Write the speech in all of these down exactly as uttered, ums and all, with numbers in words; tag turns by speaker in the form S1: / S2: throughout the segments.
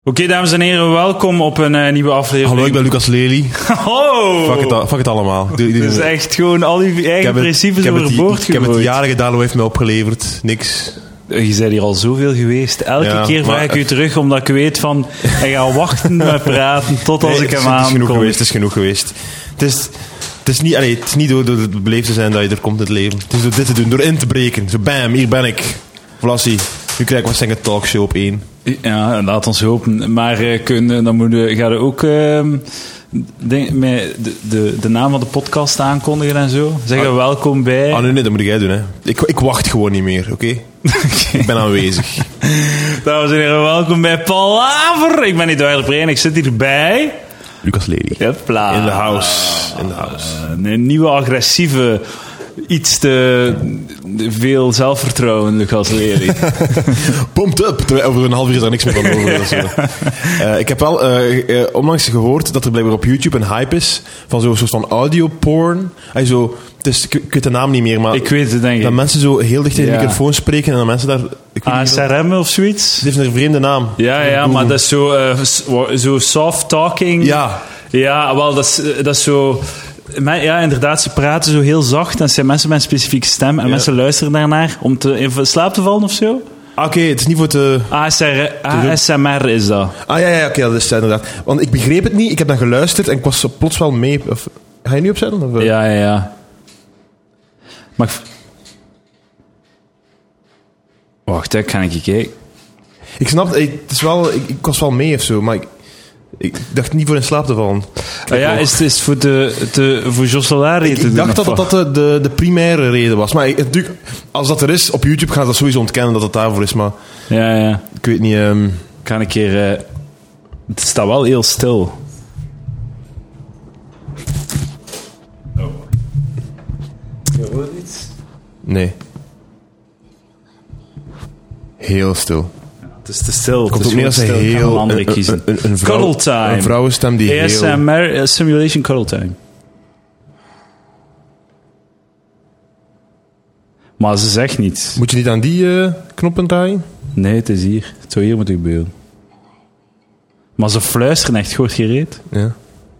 S1: Oké, okay, dames en heren, welkom op een uh, nieuwe aflevering.
S2: Hallo, ik ben Lucas Lely.
S1: Oh!
S2: Fuck het, fuck het allemaal.
S1: Het is echt gewoon al uw eigen principes overboord gegooid.
S2: Ik heb het jaren gedaan, wat heeft mij opgeleverd? Niks.
S1: Je bent hier al zoveel geweest. Elke ja, keer vraag maar, ik u terug, omdat ik weet van... Hij gaat wachten met praten tot als nee, ik hem aankom.
S2: Het is genoeg geweest, het is genoeg geweest. Het is... Het is niet, allee, het is niet door, door het beleefd te zijn dat je er komt in het leven. Het is door dit te doen, door in te breken. Zo bam, hier ben ik. Vlassie. Nu krijg ik waarschijnlijk een talkshow op één.
S1: Ja, laat ons hopen. Maar uh, kun, dan moet je, ga je ook uh, de, de, de, de naam van de podcast aankondigen en zo. Zeggen ah, welkom bij...
S2: Ah nee, nee, dat moet jij doen. Hè. Ik, ik wacht gewoon niet meer, oké? Okay? Okay. Ik ben aanwezig.
S1: Dames en heren, welkom bij Palaver. Ik ben niet Duider Brein, ik zit hierbij...
S2: Lucas Lely.
S1: Hopla.
S2: In the house. In the house.
S1: Uh, een nieuwe agressieve... Iets te veel zelfvertrouwen, Lucas Lely.
S2: Pumped up. Over een half uur is daar niks meer van over. Dus, uh, ik heb wel uh, uh, onlangs gehoord dat er blijkbaar op YouTube een hype is van zo'n soort van audio-porn. Uh, zo, dus, ik, ik weet de naam niet meer, maar...
S1: Ik weet het, denk ik.
S2: Dat mensen zo heel dicht tegen ja. de microfoon spreken en dat mensen daar...
S1: A S R M of zoiets?
S2: Het heeft een vreemde naam.
S1: Ja, ja, maar dat is zo, uh, zo soft talking.
S2: Ja.
S1: Ja, wel, dat is, dat is zo... Ja, inderdaad, ze praten zo heel zacht en het zijn mensen met een specifieke stem en ja. mensen luisteren daarnaar om te, in slaap te vallen of zo.
S2: Ah, oké, okay, het is niet voor te...
S1: A S R, A S M R is dat.
S2: Ah, ja, ja, oké, okay, dat is het inderdaad. Want ik begreep het niet, ik heb dan geluisterd en ik was plots wel mee... Of, ga je nu opzetten? Of?
S1: Ja, ja, ja. Maar... Wacht, hè, kan ik kijken?
S2: Ik snap, het is wel... Ik, ik was wel mee of zo, maar... Ik, Ik dacht niet voor in slaap te vallen.
S1: Ah, ja, is het is voor de, de voor Josselari te
S2: ik,
S1: doen?
S2: Ik dacht dat dat, dat de, de, de primaire reden was. Maar ik, natuurlijk, als dat er is, op YouTube gaan ze dat sowieso ontkennen dat het daarvoor is. Maar
S1: ja, ja.
S2: Ik weet niet... Um...
S1: Kan een keer... Uh, het staat wel heel stil. Oh. Je hoort iets?
S2: Nee. Heel stil.
S1: Het is te stil.
S2: Het komt ook meer als een heel... Een, een, een, een, vrouw,
S1: cuddle time.
S2: Een vrouwenstem die
S1: A S M R, heel... Uh, simulation cuddle time. Maar ze zegt niets.
S2: Moet je niet aan die uh, knoppen draaien?
S1: Nee, het is hier. Het zou hier moeten gebeuren. Maar ze fluisteren echt goed gereed.
S2: Ja.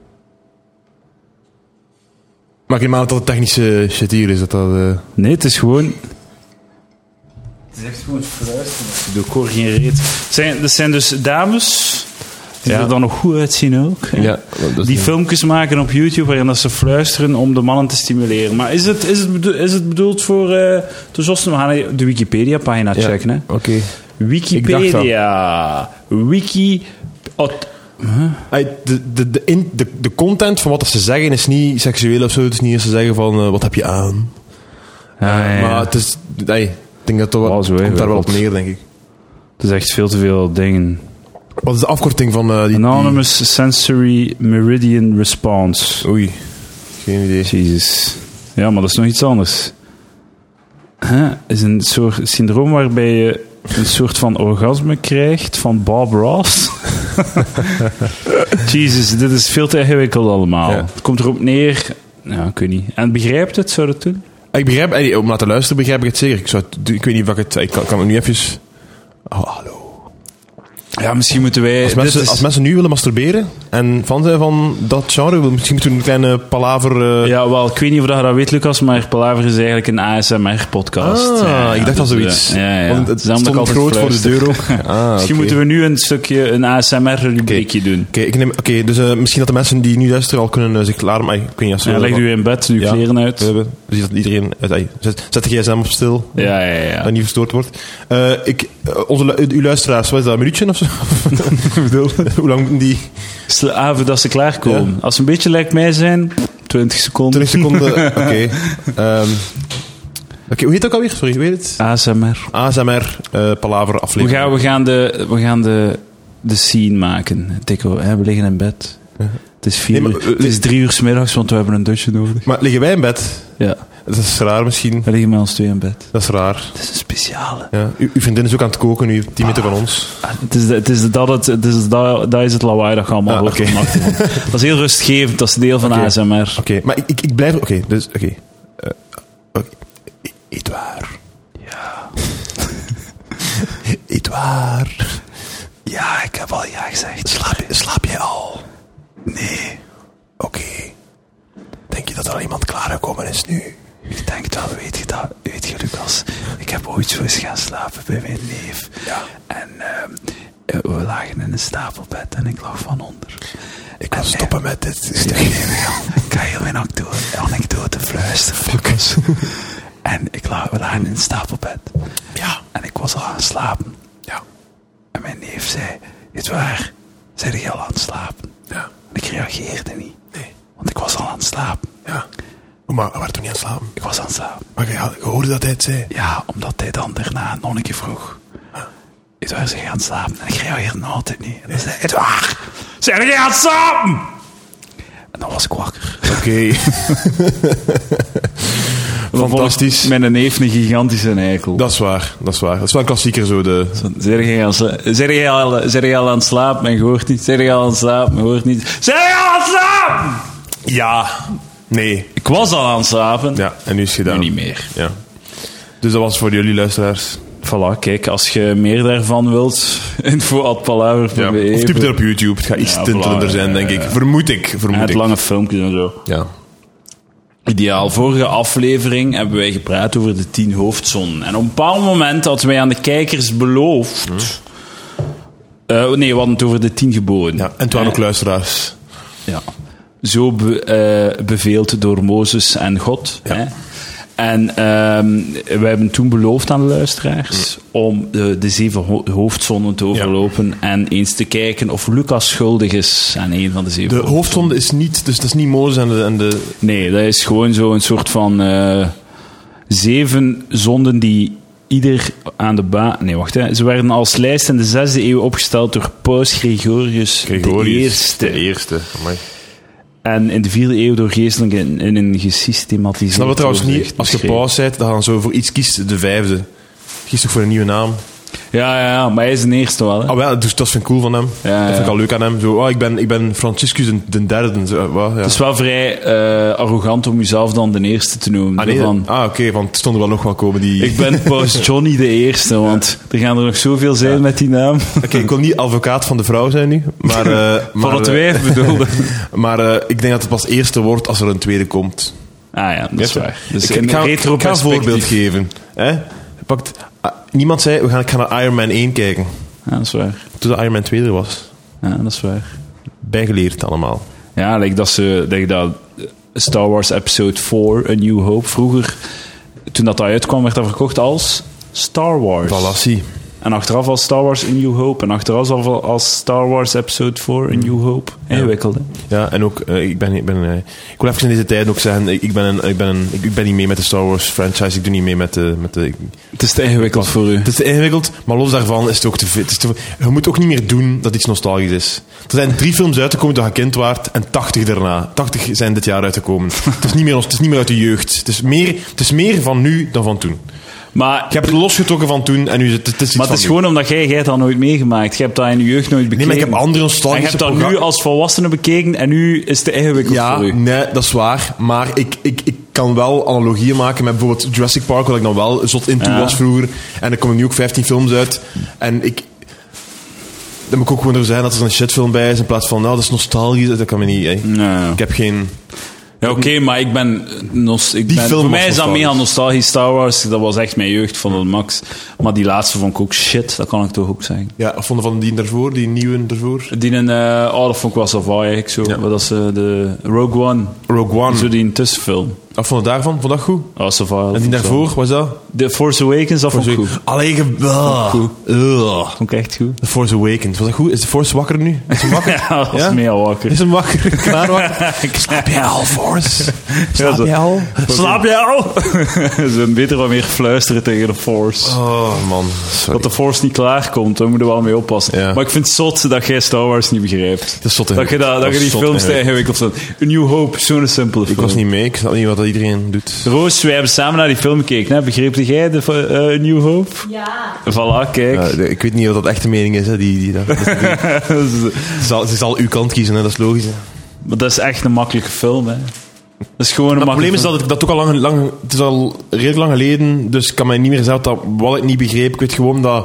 S2: Maar ik neem aan dat het technische shit hier is. Dat dat, uh...
S1: Nee, het is gewoon... Het is echt gewoon fluisteren. Ik hoor geen reet. Zijn, dat zijn dus dames die ja. er dan nog goed uitzien ook.
S2: Ja,
S1: die filmpjes maken op YouTube waarin dat ze fluisteren om de mannen te stimuleren. Maar is het, is het, bedoeld, is het bedoeld voor... Uh, we gaan de Wikipedia-pagina
S2: ja.
S1: checken. Hè?
S2: Oké. Okay.
S1: Wikipedia. Wiki... Oh,
S2: huh? de, de, de, in, de, de content van wat ze zeggen is niet seksueel of zo. Het is niet eens ze zeggen van... Uh, wat heb je aan?
S1: Ja, ja, ja.
S2: Maar het is... Hey, ik denk dat het, wel,
S1: zo,
S2: het komt daar wel op neer, denk ik.
S1: Het is echt veel te veel dingen.
S2: Wat is de afkorting van uh, die...
S1: Anonymous
S2: die...
S1: Sensory Meridian Response.
S2: Oei, geen idee.
S1: Jezus. Ja, maar dat is nog iets anders. Huh? Is een soort syndroom waarbij je een soort van orgasme krijgt van Bob Ross. Jezus, dit is veel te ingewikkeld allemaal. Ja. Het komt erop neer... Ja, ik weet niet. En begrijpt het? Zou dat doen?
S2: Ik begrijp, om naar te luisteren begrijp ik het zeker. Ik, zou het, ik weet niet of ik het... Ik kan, kan het nu even... Oh, hallo.
S1: Ja, misschien moeten wij...
S2: Als mensen, is... als mensen nu willen masturberen en fan zijn van dat genre, misschien moeten we een kleine palaver... Uh...
S1: Ja, wel, ik weet niet of je dat weet, Lucas, maar Palaver is eigenlijk een A S M R-podcast.
S2: Ah,
S1: ja,
S2: ik dacht
S1: dus,
S2: al zoiets.
S1: Ja, ja.
S2: Want het, het stond altijd groot voor de deur ook. Ah,
S1: misschien okay. moeten we nu een stukje, een A S M R-rubriekje
S2: okay.
S1: doen.
S2: Oké, okay, okay, dus uh, misschien dat de mensen die nu luisteren al kunnen uh, zich klaar... Maar ik weet niet, als
S1: ja, leg u in bed, doe je ja, kleren uit.
S2: We zie dat iedereen... Uh, zet, zet de gsm op stil.
S1: Ja, ja, ja.
S2: Dat niet verstoord wordt. Uh, ik, uh, onze, uw luisteraars, wat is dat, een minuutje of zo? Hoe lang moeten die...
S1: Avond dat ze klaarkomen. Ja. Als ze een beetje lijkt mij zijn, twintig seconden.
S2: twintig seconden, oké. Okay. Um, okay, hoe heet dat ook alweer? Sorry, weet het?
S1: A S M R.
S2: A S M R, uh, Palaver aflevering.
S1: We gaan, we gaan, de, we gaan de, de scene maken. Dikke, hè, we liggen in bed. Ja. Het is, vier, nee, maar, uh, het is drie uur 's middags, want we hebben een dutje nodig.
S2: Maar liggen wij in bed?
S1: Ja.
S2: Dat is raar misschien.
S1: We liggen met ons twee in bed.
S2: Dat is raar.
S1: Het is een speciale.
S2: Ja. U, uw vriendin is ook aan het koken nu, tien meter van ons.
S1: Ah, het is, het is, dat, het, het is, dat, dat is het lawaai dat je allemaal hoort. Ah, okay. Dat is heel rustgevend, dat is deel van okay. A S M R.
S2: Oké, okay. Maar ik, ik, ik blijf... Oké, okay, dus... Oké. Okay. Uh, okay. Edouard. Ja. Edouard. Ja, ik
S1: heb al ja gezegd.
S2: Slaap, slaap jij al?
S1: Nee.
S2: Oké. Okay. Denk je dat er al iemand klaargekomen is nu?
S1: Ik denk dat, weet je dat, weet je Lucas, ik heb ooit zo eens gaan slapen bij mijn neef.
S2: Ja.
S1: En uh, we lagen in een stapelbed en ik lag van onder.
S2: Ik ga stoppen uh, met dit.
S1: Stel je, ik ga heel mijn anekdote fluisteren, Lucas. En ik lag, we lagen in een stapelbed.
S2: Ja.
S1: En ik was al aan het slapen.
S2: Ja.
S1: En mijn neef zei, weet je waar, zei jij al aan het slapen?
S2: Ja.
S1: En ik reageerde niet.
S2: Nee.
S1: Want ik was al aan het slapen.
S2: Ja. Maar we waren toch niet aan het slapen?
S1: Ik was aan het slapen.
S2: Maar je, je hoorde dat hij het zei?
S1: Ja, omdat hij dan daarna nog een keer vroeg.
S2: Huh?
S1: Edouard, zeg je aan het slapen? En ik reageerde nog altijd niet. En dan zei Edouard, zeg je aan het slapen? En dan was ik wakker.
S2: Oké. Okay. Fantastisch.
S1: Met een neef een gigantische eikel.
S2: Dat is waar, dat is waar. Dat is wel een klassieker zo. De...
S1: Zeg je aan, zeg je al, zeg je al aan het slapen en je hoort niet? Zeg je al aan het slapen en je hoort niet? Zeg je al aan het slapen?
S2: Ja. Nee.
S1: Ik was al aan het slapen.
S2: Ja, en nu is het gedaan.
S1: Nu niet meer.
S2: Ja. Dus dat was voor jullie luisteraars.
S1: Voilà, kijk, als je meer daarvan wilt, info at palaver punt be.
S2: Ja, of typ het op YouTube. Het gaat iets ja, tintelender voilà, zijn, denk ja, ik. Vermoed ik. Vermoed
S1: ja, het
S2: ik.
S1: lange filmpjes en zo.
S2: Ja.
S1: Ideaal. Vorige aflevering hebben wij gepraat over de tien hoofdzonden. En op een bepaald moment hadden wij aan de kijkers beloofd... Hm. Uh, nee, we hadden het over de tien geboden.
S2: Ja, en het waren uh, ook luisteraars.
S1: Ja. Zo be, uh, beveeld door Mozes en God.
S2: Ja.
S1: Hè? En uh, wij hebben toen beloofd aan de luisteraars mm. om de, de zeven ho- hoofdzonden te overlopen ja. en eens te kijken of Lucas schuldig is aan een van de zeven.
S2: De hoofdzonde is niet, dus dat is niet Mozes en de, en de...
S1: Nee, dat is gewoon zo een soort van uh, zeven zonden die ieder aan de baan... Nee, wacht. Hè. Ze werden als lijst in de zesde eeuw opgesteld door Paus Gregorius, Gregorius de Eerste.
S2: De Eerste, amai.
S1: En in de vierde eeuw door geestelijk in, in een gesystematiseerd...
S2: Snap je trouwens niet, als je paus bent, dat dan zo voor iets kiest, de vijfde. Kies toch voor een nieuwe naam?
S1: Ja, ja, ja, maar hij is de eerste wel. Hè?
S2: Ah, wel, dus dat vind ik cool van hem.
S1: Ja,
S2: dat vind
S1: ja.
S2: ik al leuk aan hem. Zo, oh, ik, ben, ik ben Franciscus de, de derde. Zo, well, ja.
S1: Het is wel vrij uh, arrogant om jezelf dan de eerste te noemen.
S2: Ah, nee,
S1: van,
S2: ah oké, okay, want er stonden wel nog wel komen die...
S1: Ik ben Paus Johnny de Eerste, want ja. er gaan er nog zoveel zijn ja. met die naam.
S2: Oké, okay, ik wil niet advocaat van de vrouw zijn nu, maar... Uh, maar
S1: van het wijf bedoelde.
S2: Maar uh, ik denk dat het pas eerste wordt als er een tweede komt.
S1: Ah ja, dat is waar. Dus
S2: ik, ik, ga, ik ga een voorbeeld geven. Hè? Pakt, uh, niemand zei, we gaan, ik ga naar Iron Man één kijken.
S1: Ja, dat is waar.
S2: Toen Iron Man twee er was.
S1: Ja, dat is waar.
S2: Bijgeleerd allemaal.
S1: Ja, like dat ze, denk dat Star Wars Episode vier, A New Hope, vroeger, toen dat uitkwam, werd dat verkocht als Star Wars.
S2: Valassie.
S1: En achteraf als Star Wars A New Hope. En achteraf als Star Wars Episode vier A New Hope. Ingewikkeld, hè?
S2: Ja, en ook, uh, ik ben... Ik, ben uh, ik wil even in deze tijd ook zeggen, ik ben, een, ik, ben een, ik ben niet mee met de Star Wars franchise. Ik doe niet mee met de... Met de ik,
S1: het is te ingewikkeld voor u.
S2: Het is te ingewikkeld, maar los daarvan is het ook te veel. Je moet ook niet meer doen dat iets nostalgisch is. Er zijn drie films uitgekomen toen je kind waart en tachtig daarna. tachtig zijn dit jaar uitgekomen. het, is niet meer, het is niet meer uit de jeugd. Het is meer, het is meer van nu dan van toen.
S1: Maar,
S2: je hebt het losgetrokken van toen en nu het, het is iets
S1: maar het is gewoon omdat jij, jij het al nooit meegemaakt. Je hebt dat in je jeugd nooit bekeken.
S2: Nee, maar ik heb andere nostalgische
S1: en je hebt dat nu als volwassene bekeken en nu is het te ingewikkeld
S2: ja,
S1: voor u.
S2: Nee, dat is waar. Maar ik, ik, ik kan wel analogieën maken met bijvoorbeeld Jurassic Park, waar ik dan wel zot into ja. was vroeger. En er komen nu ook vijftien films uit. En ik... Dan moet ik ook gewoon er zijn dat er een shitfilm bij is in plaats van, nou, dat is nostalgisch. Dat kan me niet. Hey.
S1: Nee.
S2: Ik heb geen...
S1: Ja, oké, okay, maar ik ben... Nos, ik ben voor mij is dat mega nostalgisch. Star Wars, dat was echt mijn jeugd van de max. Maar die laatste vond ik ook shit, dat kan ik toch ook zeggen.
S2: Ja, of vonden van die daarvoor, die nieuwe daarvoor?
S1: Die in... Uh, oh, dat vond ik wel sava eigenlijk zo. Ja. Dat is uh, de Rogue One.
S2: Rogue One.
S1: Zo die tussenfilm.
S2: Wat vond je daarvan? Vond dat goed?
S1: Oh, sava.
S2: En die daarvoor, was dat?
S1: The Force Awakens, dat vond ik goed.
S2: Allee, ge...
S1: Vond uh. vond ik echt goed.
S2: The Force Awakens, was dat goed? Is The Force wakker nu? Is hem wakker?
S1: Ja, dat is ja? mega wakker.
S2: Is hem wakker? Klaar wakker? Slaap jij al, Force? Slaap jij al?
S1: Slaap jij al? Ze zijn beter wat meer fluisteren tegen de Force.
S2: Oh, man. Sorry.
S1: Dat de Force niet klaarkomt, daar moeten we wel mee oppassen.
S2: Ja.
S1: Maar ik vind het zot dat jij Star Wars niet begrijpt.
S2: Dat is zot
S1: dat je, dat, dat, dat je die films te ingewikkeld vindt. A New Hope, zo'n simpele film.
S2: Ik was niet mee, ik snap niet wat dat iedereen doet.
S1: Roos, wij hebben samen naar die film gekeken. Hè? Begreep jij de uh, New Hope?
S3: Ja.
S1: Voilà, kijk.
S2: Ja, de, ik weet niet of dat echt de mening is. Hè, die, die, dat, dat is ze, zal, ze zal uw kant kiezen, hè, dat is logisch. Hè.
S1: Maar dat is echt een makkelijke film. Hè. Dat is gewoon een
S2: het probleem
S1: film.
S2: is dat ik dat ook al lang, lang... Het is al redelijk lang geleden, dus ik kan mij niet meer zeggen dat wat ik niet begreep. Ik weet gewoon dat...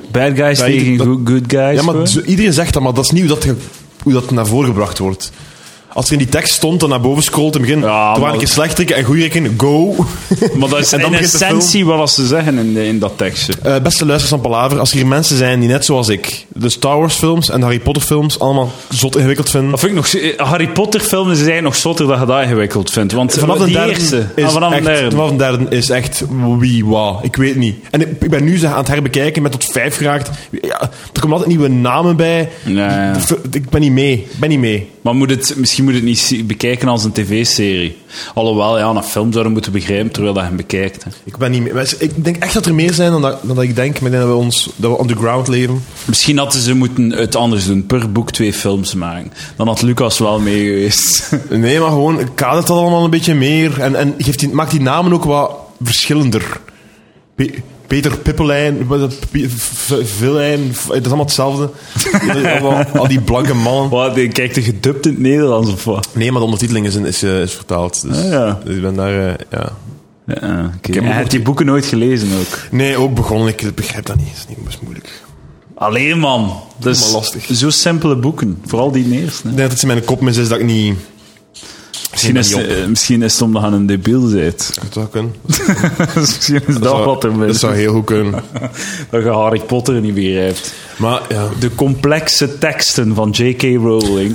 S1: Bad guys
S2: Ja,
S1: tegen
S2: dat-
S1: good, good guys.
S2: Ja, maar
S1: gewoon.
S2: zo- iedereen zegt dat, maar dat is niet hoe dat, ge- hoe dat naar voren gebracht wordt. Als er in die tekst stond, dan naar boven scrollt in het begin.
S1: Ja,
S2: er
S1: maar-
S2: waren een keer slechteriken en goeieriken, go.
S1: Maar dat is
S2: En dan
S1: in
S2: begint de
S1: essentie wat ze zeggen in, de- in dat tekstje.
S2: Uh, beste luisteraars van Palaver, als er hier mensen zijn die net zoals ik de Star Wars films en de Harry Potter films allemaal zot ingewikkeld vinden.
S1: Dat vind ik nog, zo- Harry Potter films is eigenlijk nog zotter dat je dat ingewikkeld vindt. Want
S2: Vanaf de
S1: die
S2: derde
S1: eerste.
S2: is
S1: Ah, vanaf de
S2: echt,
S1: derde.
S2: vanaf de derde is echt wie, wow, ik weet niet. En ik, ik ben nu ze aan het herbekijken, met tot vijf geraakt. Ja, er komen altijd nieuwe namen bij.
S1: Ja, ja.
S2: Ik ben niet mee, ik ben niet mee.
S1: Maar moet het, misschien moet het niet zie- bekijken als een tv-serie. Alhoewel, ja, een film zouden moeten begrijpen terwijl dat je hem bekijkt. Hè.
S2: Ik ben niet mee. Maar Ik denk echt dat er meer zijn dan dat, dan dat ik denk, met dat we ons dat we underground leven.
S1: Misschien hadden ze moeten het anders doen. Per boek twee films maken. Dan had Lucas wel mee geweest.
S2: Nee, maar gewoon kadert dat allemaal een beetje meer. En, en geeft die, maakt die namen ook wat verschillender. Pe- Peter Pippelijn, wat is dat? P- V- Villijn, v- dat is allemaal hetzelfde. Allemaal- Al die blanke mannen.
S1: Wat, die kijkt er gedubt in het Nederlands of wat?
S2: Nee, maar de ondertiteling is, is, eh, is vertaald. Dus,
S1: Ah, ja.
S2: dus ik ben daar, eh, ja.
S1: Ja, oké.
S2: heb
S1: En
S2: ook
S1: je hebt die boeken nooit gelezen ook?
S2: Nee, ook begonnen. Ik begrijp dat niet. Dat is niet best moeilijk.
S1: Alleen man. Dat is
S2: Maar lastig.
S1: zo simpele boeken. Vooral die eerste.
S2: Ik denk dat het in mijn kop mis is dat ik niet...
S1: Misschien is,
S2: niet op.
S1: eh, misschien is het omdat je een debiel bent.
S2: Dat zou kunnen.
S1: Misschien is dat,
S2: zou-
S1: wat er mis
S2: Dat zou heel goed kunnen.
S1: Dat je Harry Potter niet begrijpt.
S2: Maar ja...
S1: De complexe teksten van J K Rowling.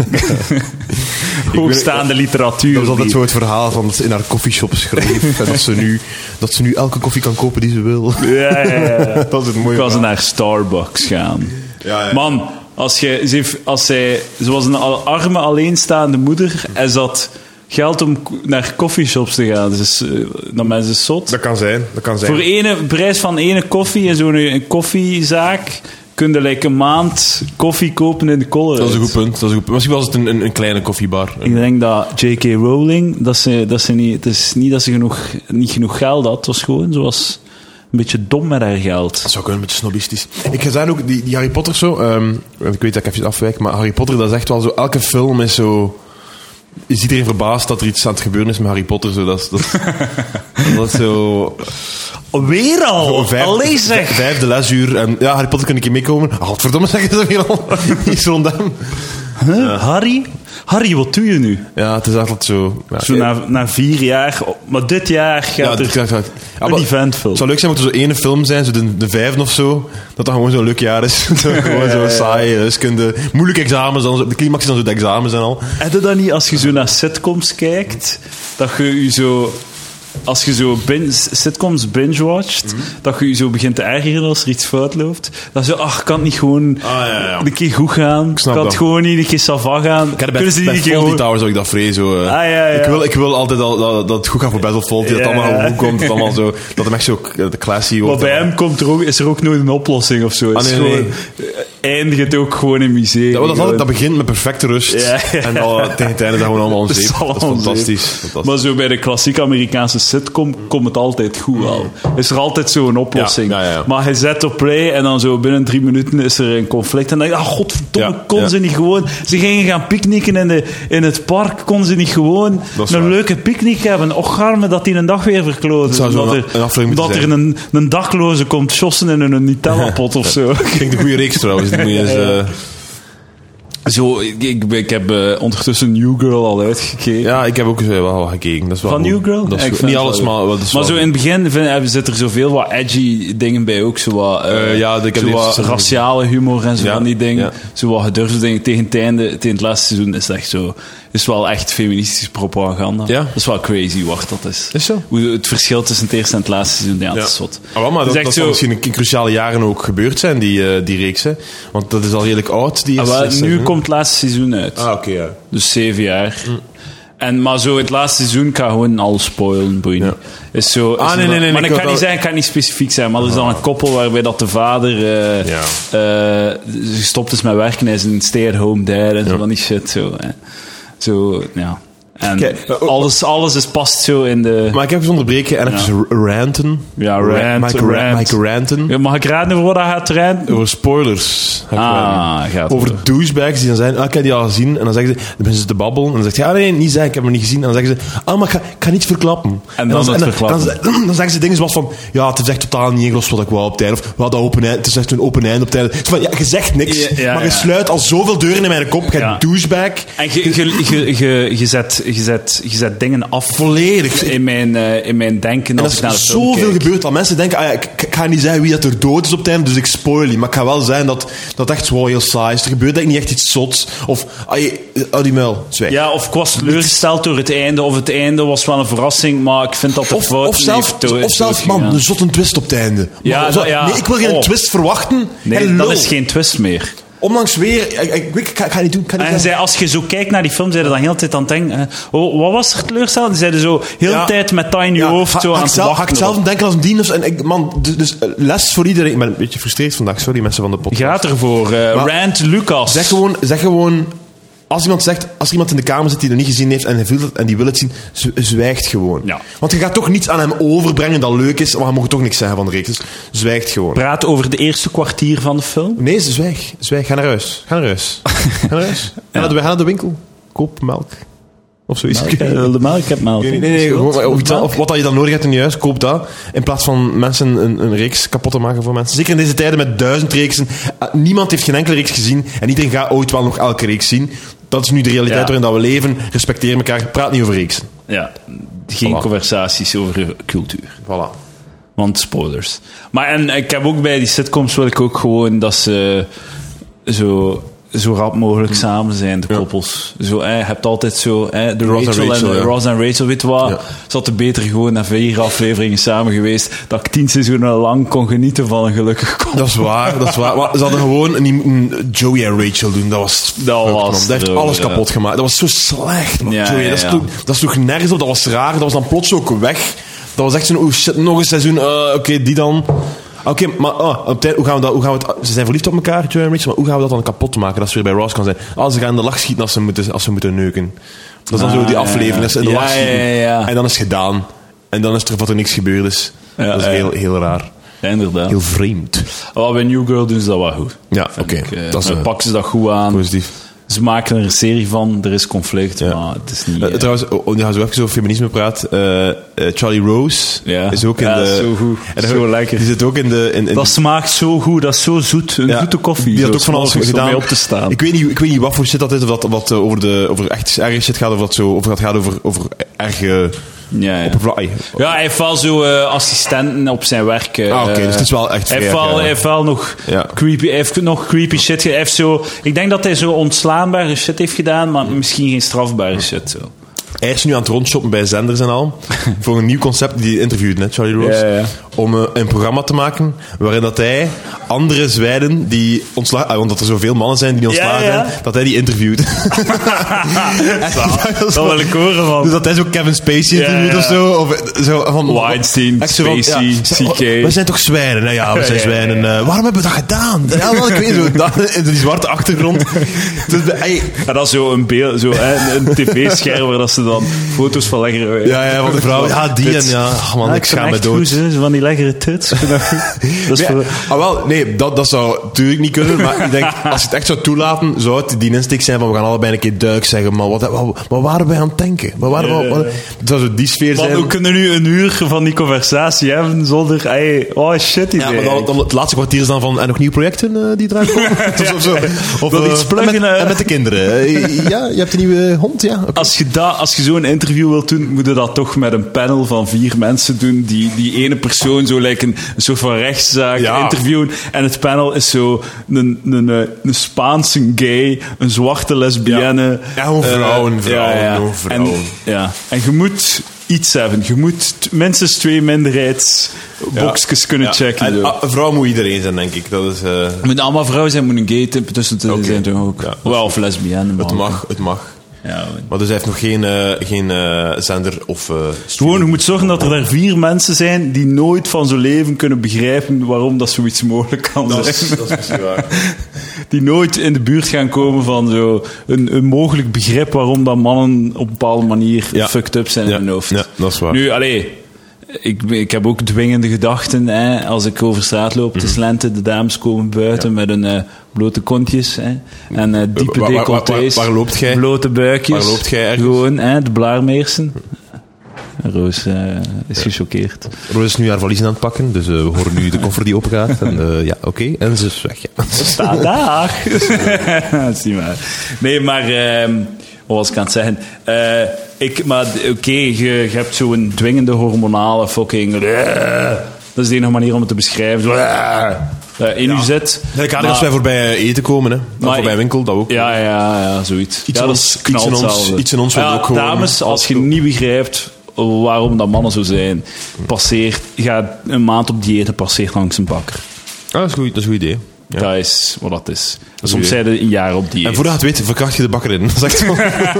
S1: Hoogstaande literatuur.
S2: Dat was altijd
S1: die-
S2: zo het verhaal van dat ze in haar koffieshop schreef. En dat ze, nu, dat ze nu elke koffie kan kopen die ze wil.
S1: Ja, ja, ja.
S2: Dat is het mooie
S1: Ik was
S2: verhaal.
S1: naar Starbucks gaan.
S2: Ja, ja.
S1: Man, als, je, ze heeft- als zij... Ze was een al- arme, alleenstaande moeder en ze had geld om ko- naar coffeeshops te gaan. Dus eh, dan mensen zot.
S2: Dat kan zijn. Dat kan zijn.
S1: Voor ene prijs van ene koffie in zo'n een koffiezaak kun je like een maand koffie kopen in de Colruyt.
S2: Dat is een goed punt. Dat is een goed punt. Misschien was het een, een, een kleine koffiebar.
S1: Ik denk dat J K Rowling, dat ze, dat ze niet, het is niet dat ze genoeg, niet genoeg geld had. Het was gewoon, ze was een beetje dom met haar geld.
S2: Dat zou kunnen, een beetje snobistisch. Ik ga zeggen ook, die, die Harry Potter zo... ehm, ik weet dat ik even afwijk, maar Harry Potter, dat is echt wel zo... Elke film is zo... Is iedereen verbaasd dat er iets aan het gebeuren is met Harry Potter? Zo, dat, is, dat, is, dat is zo...
S1: Weer al?
S2: Gewoon vijf-
S1: Allee zeg!
S2: Vijfde lesuur en... Ja, Harry Potter, kan ik hier meekomen? Ah, godverdomme, zeggen ze weer al. Iets rond hem.
S1: Huh? Harry? Harry, wat doe je nu?
S2: Ja, het is altijd zo... Ja,
S1: Zo na, na vier jaar, maar dit jaar gaat
S2: ja,
S1: er
S2: dit gaat- gaat- ja,
S1: een
S2: maar
S1: eventfilm.
S2: Het zou leuk zijn moet er zo ene film zijn, zo de, de vijfde of zo, dat dat gewoon zo'n leuk jaar is. Zo, gewoon zo saai, wiskunde, moeilijke examens, dan, zo- de climax is dan zo de examens en al.
S1: Heb je dat niet als je zo naar sitcoms kijkt, dat je je zo... Als je zo bin- sitcoms binge-watcht,
S2: Mhm.
S1: dat je je zo begint te ergeren als er iets fout loopt. Dat je zo, ach, kan het niet gewoon
S2: Ah, ja, ja.
S1: een keer goed gaan?
S2: snap
S1: Kan het
S2: dat.
S1: gewoon niet een keer sava gaan?
S2: Ik had
S1: Kunnen ze
S2: bij,
S1: niet
S2: bij
S1: een keer
S2: Fawlty
S1: gewoon...
S2: Towers zou ik dat vrees. Zo, eh.
S1: Ah, ja, ja.
S2: Ik, wil, ik wil altijd dat, dat, dat het goed gaat voor Battlefield, dat het
S1: Ja.
S2: allemaal goed komt, dat, het allemaal zo, dat hem echt zo eh, classy
S1: Maar
S2: wordt.
S1: bij hem komt er ook, is er ook nooit een oplossing of zo. Het is
S2: Ah, nee,
S1: gewoon, eindigt het ook gewoon in miserie.
S2: Ja, maar dat, is altijd- dat
S1: Gewoon.
S2: begint met perfecte rust.
S1: Ja, ja.
S2: En dan, eh, tegen het einde zijn we gewoon allemaal
S1: Dat
S2: onzeep.
S1: is
S2: Dat is
S1: allemaal
S2: fantastisch.
S1: zeep.
S2: fantastisch.
S1: Maar zo bij de klassieke Amerikaanse sitcom komt het altijd goed al. Is er altijd zo'n oplossing.
S2: Ja, ja, ja.
S1: Maar je zet op play en dan zo binnen drie minuten is er een conflict. En dan denk je, ah, godverdomme,
S2: Ja,
S1: kon
S2: ja.
S1: ze niet gewoon... Ze gingen gaan picknicken in, de, in het park. Kon ze niet gewoon
S2: Dat is
S1: een
S2: waar.
S1: leuke picknick hebben? Och, arme dat die een dag weer verkloten.
S2: zou zo
S1: Dat
S2: een-
S1: er,
S2: een aflevering
S1: dat
S2: moeten
S1: er een, een dakloze komt jossen in een Nutella-pot of zo.
S2: Ik denk de goede reeks trouwens. Die moet je eens, eh,
S1: Zo, ik, ik, ik heb eh, ondertussen New Girl al uitgekeken.
S2: ja, ik heb ook eh, wel wat gekeken. Dat is wel
S1: Van
S2: goed.
S1: New Girl?
S2: Dat is
S1: Ja, ik
S2: goed.
S1: vind
S2: Niet
S1: het
S2: alles,
S1: wel
S2: maar... dat is
S1: Maar
S2: wel
S1: zo in het begin vind, er zit er zoveel wat edgy dingen bij ook. Zo wat, eh,
S2: Eh, ja, ik heb
S1: zo
S2: de
S1: wat
S2: eerste seizoen
S1: raciale humor en zo
S2: Ja,
S1: van die dingen.
S2: ja.
S1: Zo wat gedurfde dingen. Tegen het einde, tegen het laatste seizoen is het echt zo... Is wel echt feministische propaganda.
S2: Ja.
S1: Dat is wel crazy wat dat is.
S2: Is zo?
S1: Hoe het verschil tussen het eerste en het laatste seizoen, ja, dat is zot.
S2: Ah, wel, maar
S1: Het
S2: dat,
S1: is echt
S2: dat zal
S1: zo-
S2: misschien in, in cruciale jaren ook gebeurd zijn, die, eh, die reeks. Hè? Want dat is al redelijk oud, die
S1: Ah,
S2: eerste
S1: wel, nu
S2: seizoen.
S1: komt het laatste seizoen uit.
S2: Ah, oké, ja.
S1: Dus zeven jaar. En, maar zo het laatste seizoen kan gewoon alles spoilen, boeien.
S2: Ja.
S1: Is zo, is
S2: Ah, nee,
S1: er-
S2: nee, nee,
S1: maar
S2: ik
S1: ik
S2: wil
S1: kan niet
S2: wel-
S1: zeggen, ik kan niet specifiek zijn, maar er is dan een koppel waarbij dat de vader eh,
S2: Ja.
S1: eh, gestopt is met werken, hij is een stay-at-home dad en zo van die shit. Zo, hè. Zo, ja. En
S2: Kijk, uh,
S1: alles, alles is past zo in de...
S2: Maar ik heb eens onderbreken en even
S1: Ja.
S2: ranten.
S1: Ja,
S2: Ra-
S1: rant,
S2: Mike, Ra-
S1: rant.
S2: Mike ranten.
S1: Ja, mag ik raden over wat hij gaat ranten?
S2: Over spoilers. ga ik
S1: Ah,
S2: ranten.
S1: gaat
S2: Over
S1: over.
S2: douchebags die dan zijn, ah, ik heb die al gezien. En dan zeggen ze, dan beginnen ze te babbelen. En dan zegt hij, ah nee, niet zeggen, ik heb hem niet gezien. En dan zeggen ze, ah, maar ik ga, ik ga niet verklappen.
S1: En dan het
S2: dan,
S1: verklappen.
S2: Dan, dan zeggen ze dingen zoals van, ja, het is echt totaal niet ingelost wat ik wou op het einde. Of, we hadden open eind, het is echt een open einde op het einde. Zo van, ja, je zegt niks,
S1: Ja, ja,
S2: maar je
S1: ja.
S2: sluit al zoveel deuren in mijn kop. Je
S1: Ja.
S2: douchebag.
S1: En je, je, je, je, je, zet, je, zet, je zet dingen af
S2: Volledig.
S1: in mijn, uh, in mijn denken
S2: En
S1: als
S2: dat
S1: ik naar de
S2: is
S1: film
S2: zoveel
S1: kijk.
S2: gebeurd dat mensen denken, ah ja, ik, ik ga niet zeggen wie dat er dood is op het einde, dus ik spoil niet. Maar ik ga wel zeggen dat dat echt wel heel saai is. Er gebeurt eigenlijk niet echt iets zots. Of, ah, je, oh die muil, zwijg.
S1: Ja, of ik was teleurgesteld door het einde, of het einde was wel een verrassing, maar ik vind dat de
S2: Of,
S1: fout
S2: of zelf,
S1: heeft to-
S2: of zelf man,
S1: doorgegaan.
S2: een zotte twist op het einde.
S1: Ja,
S2: Maar zo-
S1: dat- ja.
S2: Nee, ik wil geen
S1: Oh.
S2: twist verwachten.
S1: Nee,
S2: Hey,
S1: dat
S2: lul.
S1: is geen twist meer.
S2: Onlangs weer, ik, ik, ik, ik, ga, ik ga niet doen. Ik ga niet
S1: En hij
S2: zeggen.
S1: zei, als je zo kijkt naar die film, zei je dan heel de tijd aan het denken, eh, oh, wat was er teleurstellend? Die zeiden zo heel de
S2: Ja.
S1: tijd met dat in je
S2: Ja,
S1: hoofd
S2: ga-
S1: zo
S2: ga
S1: aan
S2: ik
S1: het
S2: zelf, ga
S1: wachten.
S2: ik zelf
S1: erop.
S2: denken als een dien. En ik, man, dus, dus eh, les voor iedereen. Ik ben een beetje gefrustreerd vandaag, sorry mensen van de podcast.
S1: Gaat ervoor. Uh,
S2: Maar-
S1: Rand Lucas.
S2: Zeg gewoon, zeg gewoon, als iemand zegt, als er iemand in de kamer zit die het nog niet gezien heeft en hij voelt het en die wil het zien, z- zwijgt gewoon.
S1: Ja.
S2: Want je gaat toch niets aan hem overbrengen dat leuk is, maar je mag toch niks zeggen van de reeks. Dus zwijgt gewoon.
S1: Praat over de eerste kwartier van de film.
S2: Nee, zwijg. Zwijg. Ga naar huis. Ga naar huis. Ga naar huis. Ga, naar de, ga naar de winkel. Koop melk. Of zoiets.
S1: Ik wil de melk, ik heb melk.
S2: Nee, nee, nee, nee, gewoon, of, iets, of wat dat je dan nodig hebt in je huis, koop dat. In plaats van mensen een, een reeks kapot te maken voor mensen. Zeker in deze tijden met duizend reeksen. Uh, niemand heeft geen enkele reeks gezien. En iedereen gaat ooit wel nog elke reeks zien. Dat is nu de realiteit
S1: Ja.
S2: waarin dat we leven. Respecteer elkaar. Praat niet over reeksen.
S1: Ja, geen
S2: Voilà.
S1: conversaties over cultuur.
S2: Voilà.
S1: Want spoilers. Maar en ik heb ook bij die sitcoms wil ik ook gewoon dat ze zo, zo rap mogelijk samen zijn, de
S2: Ja.
S1: koppels. Zo, eh, je hebt altijd zo, eh, de
S2: Ross en
S1: Rachel en,
S2: Rachel, ja.
S1: Ross en Rachel, weet je wat?
S2: Ja.
S1: Ze hadden beter gewoon na vier afleveringen samen geweest, dat ik tien seizoenen lang kon genieten van een gelukkig koppel.
S2: Dat is waar, dat is waar. Maar ze hadden gewoon een, een Joey en Rachel doen. Dat was...
S1: Dat
S2: fucked,
S1: was
S2: man. Dat heeft
S1: erover,
S2: alles
S1: ja.
S2: kapot gemaakt. Dat was zo slecht, man.
S1: Ja,
S2: Joey,
S1: ja,
S2: dat, is
S1: ja.
S2: toch, dat is toch nergens op. Dat was raar. Dat was dan plots ook weg. Dat was echt zo'n, oh shit, nog een seizoen. Uh, Oké, okay, die dan... Oké, okay, maar oh, op tijd, hoe gaan we dat... Hoe gaan we het, ze zijn verliefd op elkaar, Joey en Rachel. Maar hoe gaan we dat dan kapot maken? Dat ze weer bij Ross kan zijn. Ah, ze gaan in de lach schieten als ze moeten, als ze moeten neuken. Dat is dan
S1: Ah,
S2: zo die
S1: ja,
S2: aflevering. Dat ze in de
S1: ja,
S2: lach schieten.
S1: ja, ja, ja.
S2: En dan is het gedaan. En dan is er wat er niks gebeurd is.
S1: Ja,
S2: dat is
S1: ja.
S2: heel, heel raar.
S1: Ja, inderdaad.
S2: Heel vreemd.
S1: Wel, bij New Girl doen ze dat wel goed.
S2: Ja,
S1: Vind
S2: oké.
S1: ik, eh,
S2: Dat is,
S1: dan
S2: eh,
S1: pakken ze dat goed aan.
S2: Positief.
S1: Ze maken er een serie van, er is conflict,
S2: Ja.
S1: maar het is niet...
S2: Uh,
S1: eh,
S2: trouwens, oh, ja, zo even over feminisme praat. Uh, uh, Charlie Rose
S1: Ja.
S2: is ook in
S1: Ja,
S2: de...
S1: zo goed.
S2: en
S1: Zo
S2: ook-
S1: lekker.
S2: Die zit ook in de... In, in
S1: dat smaakt zo goed, dat is zo zoet. Een
S2: ja,
S1: zoete koffie.
S2: Die had
S1: zo
S2: ook van alles
S1: s'morgens om
S2: gedaan.
S1: mee op te staan.
S2: Ik weet, niet, ik weet niet wat voor shit dat is, of dat wat uh, over, de, over echt erge shit gaat, of dat, zo, of dat gaat over, over erge...
S1: ja, ja.
S2: Oppervla-
S1: ja, hij heeft wel zo uh, assistenten op zijn werk. Uh,
S2: Ah, oké, dus het is wel echt
S1: hij heeft
S2: vrij,
S1: wel,
S2: ja.
S1: hij heeft wel nog
S2: Ja.
S1: creepy, hij heeft nog creepy shit. Hij heeft zo, ik denk dat hij zo ontslaanbare shit heeft gedaan, maar misschien geen strafbare shit. Zo.
S2: Hij is nu aan het rondshoppen bij zenders en al. Voor een nieuw concept, die interviewt net, Charlie Rose.
S1: Ja, ja.
S2: Om uh, een programma te maken waarin dat hij andere zwijnen die ontslagen... Ah, omdat er zoveel mannen zijn die ontslagen
S1: Ja, ja.
S2: zijn, dat hij die interviewt.
S1: Dat wil ik horen van.
S2: Dus dat hij zo Kevin Spacey
S1: Ja,
S2: interviewt
S1: ja.
S2: of zo. Of zo van,
S1: Weinstein,
S2: echt zo van,
S1: Spacey,
S2: ja,
S1: C K.
S2: We zijn toch zwijnen? Nou ja, we zijn
S1: Ja, ja, ja.
S2: zwijnen. Uh, waarom hebben we dat gedaan? Ja, wel, ik weet zo. Dat, in die zwarte achtergrond. Dus, bij- hey,
S1: En dat is zo een beeld, zo, hè, een tv-scherm waar dat ze dan foto's van lekkere...
S2: ja, ja, van de vrouw. Ja, die en ja. Oh, man,
S1: Ja,
S2: ik schaam me dood.
S1: Goed, hè, zo van die lekkere tits. Ik vind dat goed. Dat is
S2: Nee,
S1: voor-
S2: ah, wel, nee, dat, dat zou natuurlijk niet kunnen. Maar ik denk, als je het echt zou toelaten, zou het die insteek zijn van we gaan allebei een keer duik zeggen. Maar wat, wat, wat waren wij aan het denken? Wat waren,
S1: Ja,
S2: wat, wat-
S1: ja.
S2: het zou zo die sfeer
S1: Want
S2: zijn.
S1: we kunnen nu een uur van die conversatie hebben zonder... Hey, oh shit,
S2: Ja, maar dan, dan het laatste kwartier is dan van en nog nieuwe projecten uh, die eruit komen. of, of zo. Of
S1: Wil
S2: uh,
S1: iets pluggen,
S2: en met,
S1: uh?
S2: en met de kinderen. Uh, ja, je hebt een nieuwe hond, ja. Okay.
S1: Als je, dat, als je zo'n interview wilt doen, moet je dat toch met een panel van vier mensen doen. Die, die ene persoon zo like een, een soort van rechtszaak
S2: Ja.
S1: interviewen. En het panel is zo een, een, een, een Spaanse gay, een zwarte lesbienne.
S2: Ja, gewoon vrouwen,
S1: eh,
S2: vrouwen, gewoon vrouwen.
S1: En, ja. en je moet iets hebben. Je moet t- minstens twee minderheidsboxjes kunnen
S2: Ja.
S1: checken.
S2: En,
S1: zo.
S2: ah, een vrouw moet iedereen zijn, denk ik. Dat is... Uh,
S1: Het moet allemaal vrouwen zijn, moet een gay tip tussen te
S2: Oké.
S1: zijn toch ook.
S2: Ja.
S1: Wel, of lesbienne.
S2: het
S1: maar-
S2: mag, het mag.
S1: Ja,
S2: maar dus hij heeft nog geen, uh, geen uh, zender of... Uh,
S1: Gewoon, je moet zorgen dat er daar vier mensen zijn die nooit van zijn leven kunnen begrijpen waarom dat zoiets mogelijk kan
S2: dat
S1: zijn.
S2: Is, dat is misschien waar.
S1: Die nooit in de buurt gaan komen van zo een, een mogelijk begrip waarom dat mannen op een bepaalde manier ja. fucked up zijn
S2: ja.
S1: in hun hoofd.
S2: Ja, dat is waar.
S1: Nu, allee... Ik, ik heb ook dwingende gedachten. Hè, als ik over straat loop, het is lente, de dames komen buiten ja. met hun uh, blote kontjes. Hè, en uh, diepe
S2: waar,
S1: decolletés.
S2: Waar, waar, waar loopt jij?
S1: Blote buikjes.
S2: Waar loopt jij ergens?
S1: Gewoon, hè, de blaarmeersen. Roos uh, is ja. gechoqueerd.
S2: Roos is nu haar valiezen aan het pakken, dus uh, we horen nu de koffer die open gaat. En uh, ja, oké. Okay. En ze is weg. Ja.
S1: Staat daar. Dat is niet waar. Nee, maar... Uh, wat was ik aan het zeggen? Uh, ik, maar oké, okay, je, je hebt zo'n dwingende hormonale fucking... Uh, dat is de enige manier om het te beschrijven. Uh, in
S2: ja.
S1: u zit.
S2: Ja, ik ga er als wij voorbij eten komen, hè. Maar voorbij ik, winkel, dat ook.
S1: Ja, ja, ja, zoiets.
S2: Iets,
S1: ja,
S2: in, ons, iets, in, ons, iets in ons wil
S1: ja,
S2: ook gewoon...
S1: Dames, als je niet begrijpt waarom dat mannen zo zijn, passeert, ga een maand op dieet en passeert langs een bakker.
S2: Ah, dat is goed, dat is een goed idee. Ja.
S1: Dat is wat dat is. Dat soms zijn er een jaar op dieet.
S2: En voordat je het weet, verkracht je de bakker in. Dat is echt zo.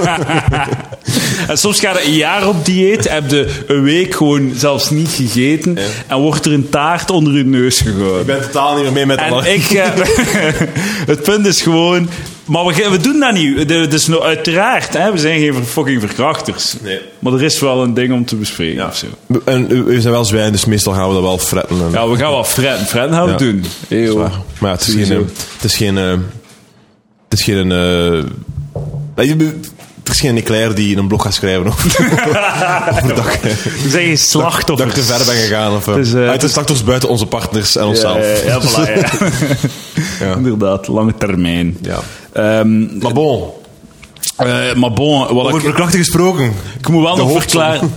S1: En soms ga je een jaar op dieet, heb je een week gewoon zelfs niet gegeten ja. en wordt er een taart onder je neus gegooid.
S2: Ik ben totaal niet meer mee met
S1: en ik, uh, het punt is gewoon... Maar we, we doen dat niet. Dat is nou uiteraard. Hè? We zijn geen fucking verkrachters.
S2: Nee.
S1: Maar er is wel een ding om te bespreken. Ja. Of zo.
S2: En we zijn wel zwijn, dus meestal gaan we dat wel fretten. En...
S1: Ja, we gaan wel fretten. Fretten gaan we ja. doen. Hey,
S2: maar ja, het is geen... Uh, het is geen... Uh, het is geen... Uh, het is geen Leclerc die een blog gaat schrijven over, over dat ik...
S1: We zijn geen slachtoffers.
S2: Dat ik te ver ben gegaan. Of,
S1: dus, uh,
S2: uit de slachtoffers buiten onze partners en onszelf.
S1: Ja, ja, ja, voilà, ja. Ja. Inderdaad, lange termijn.
S2: Ja.
S1: Um,
S2: maar bon...
S1: Uh, maar bon, wat
S2: over
S1: ik,
S2: verkrachten gesproken.
S1: Ik moet wel nog verklaren.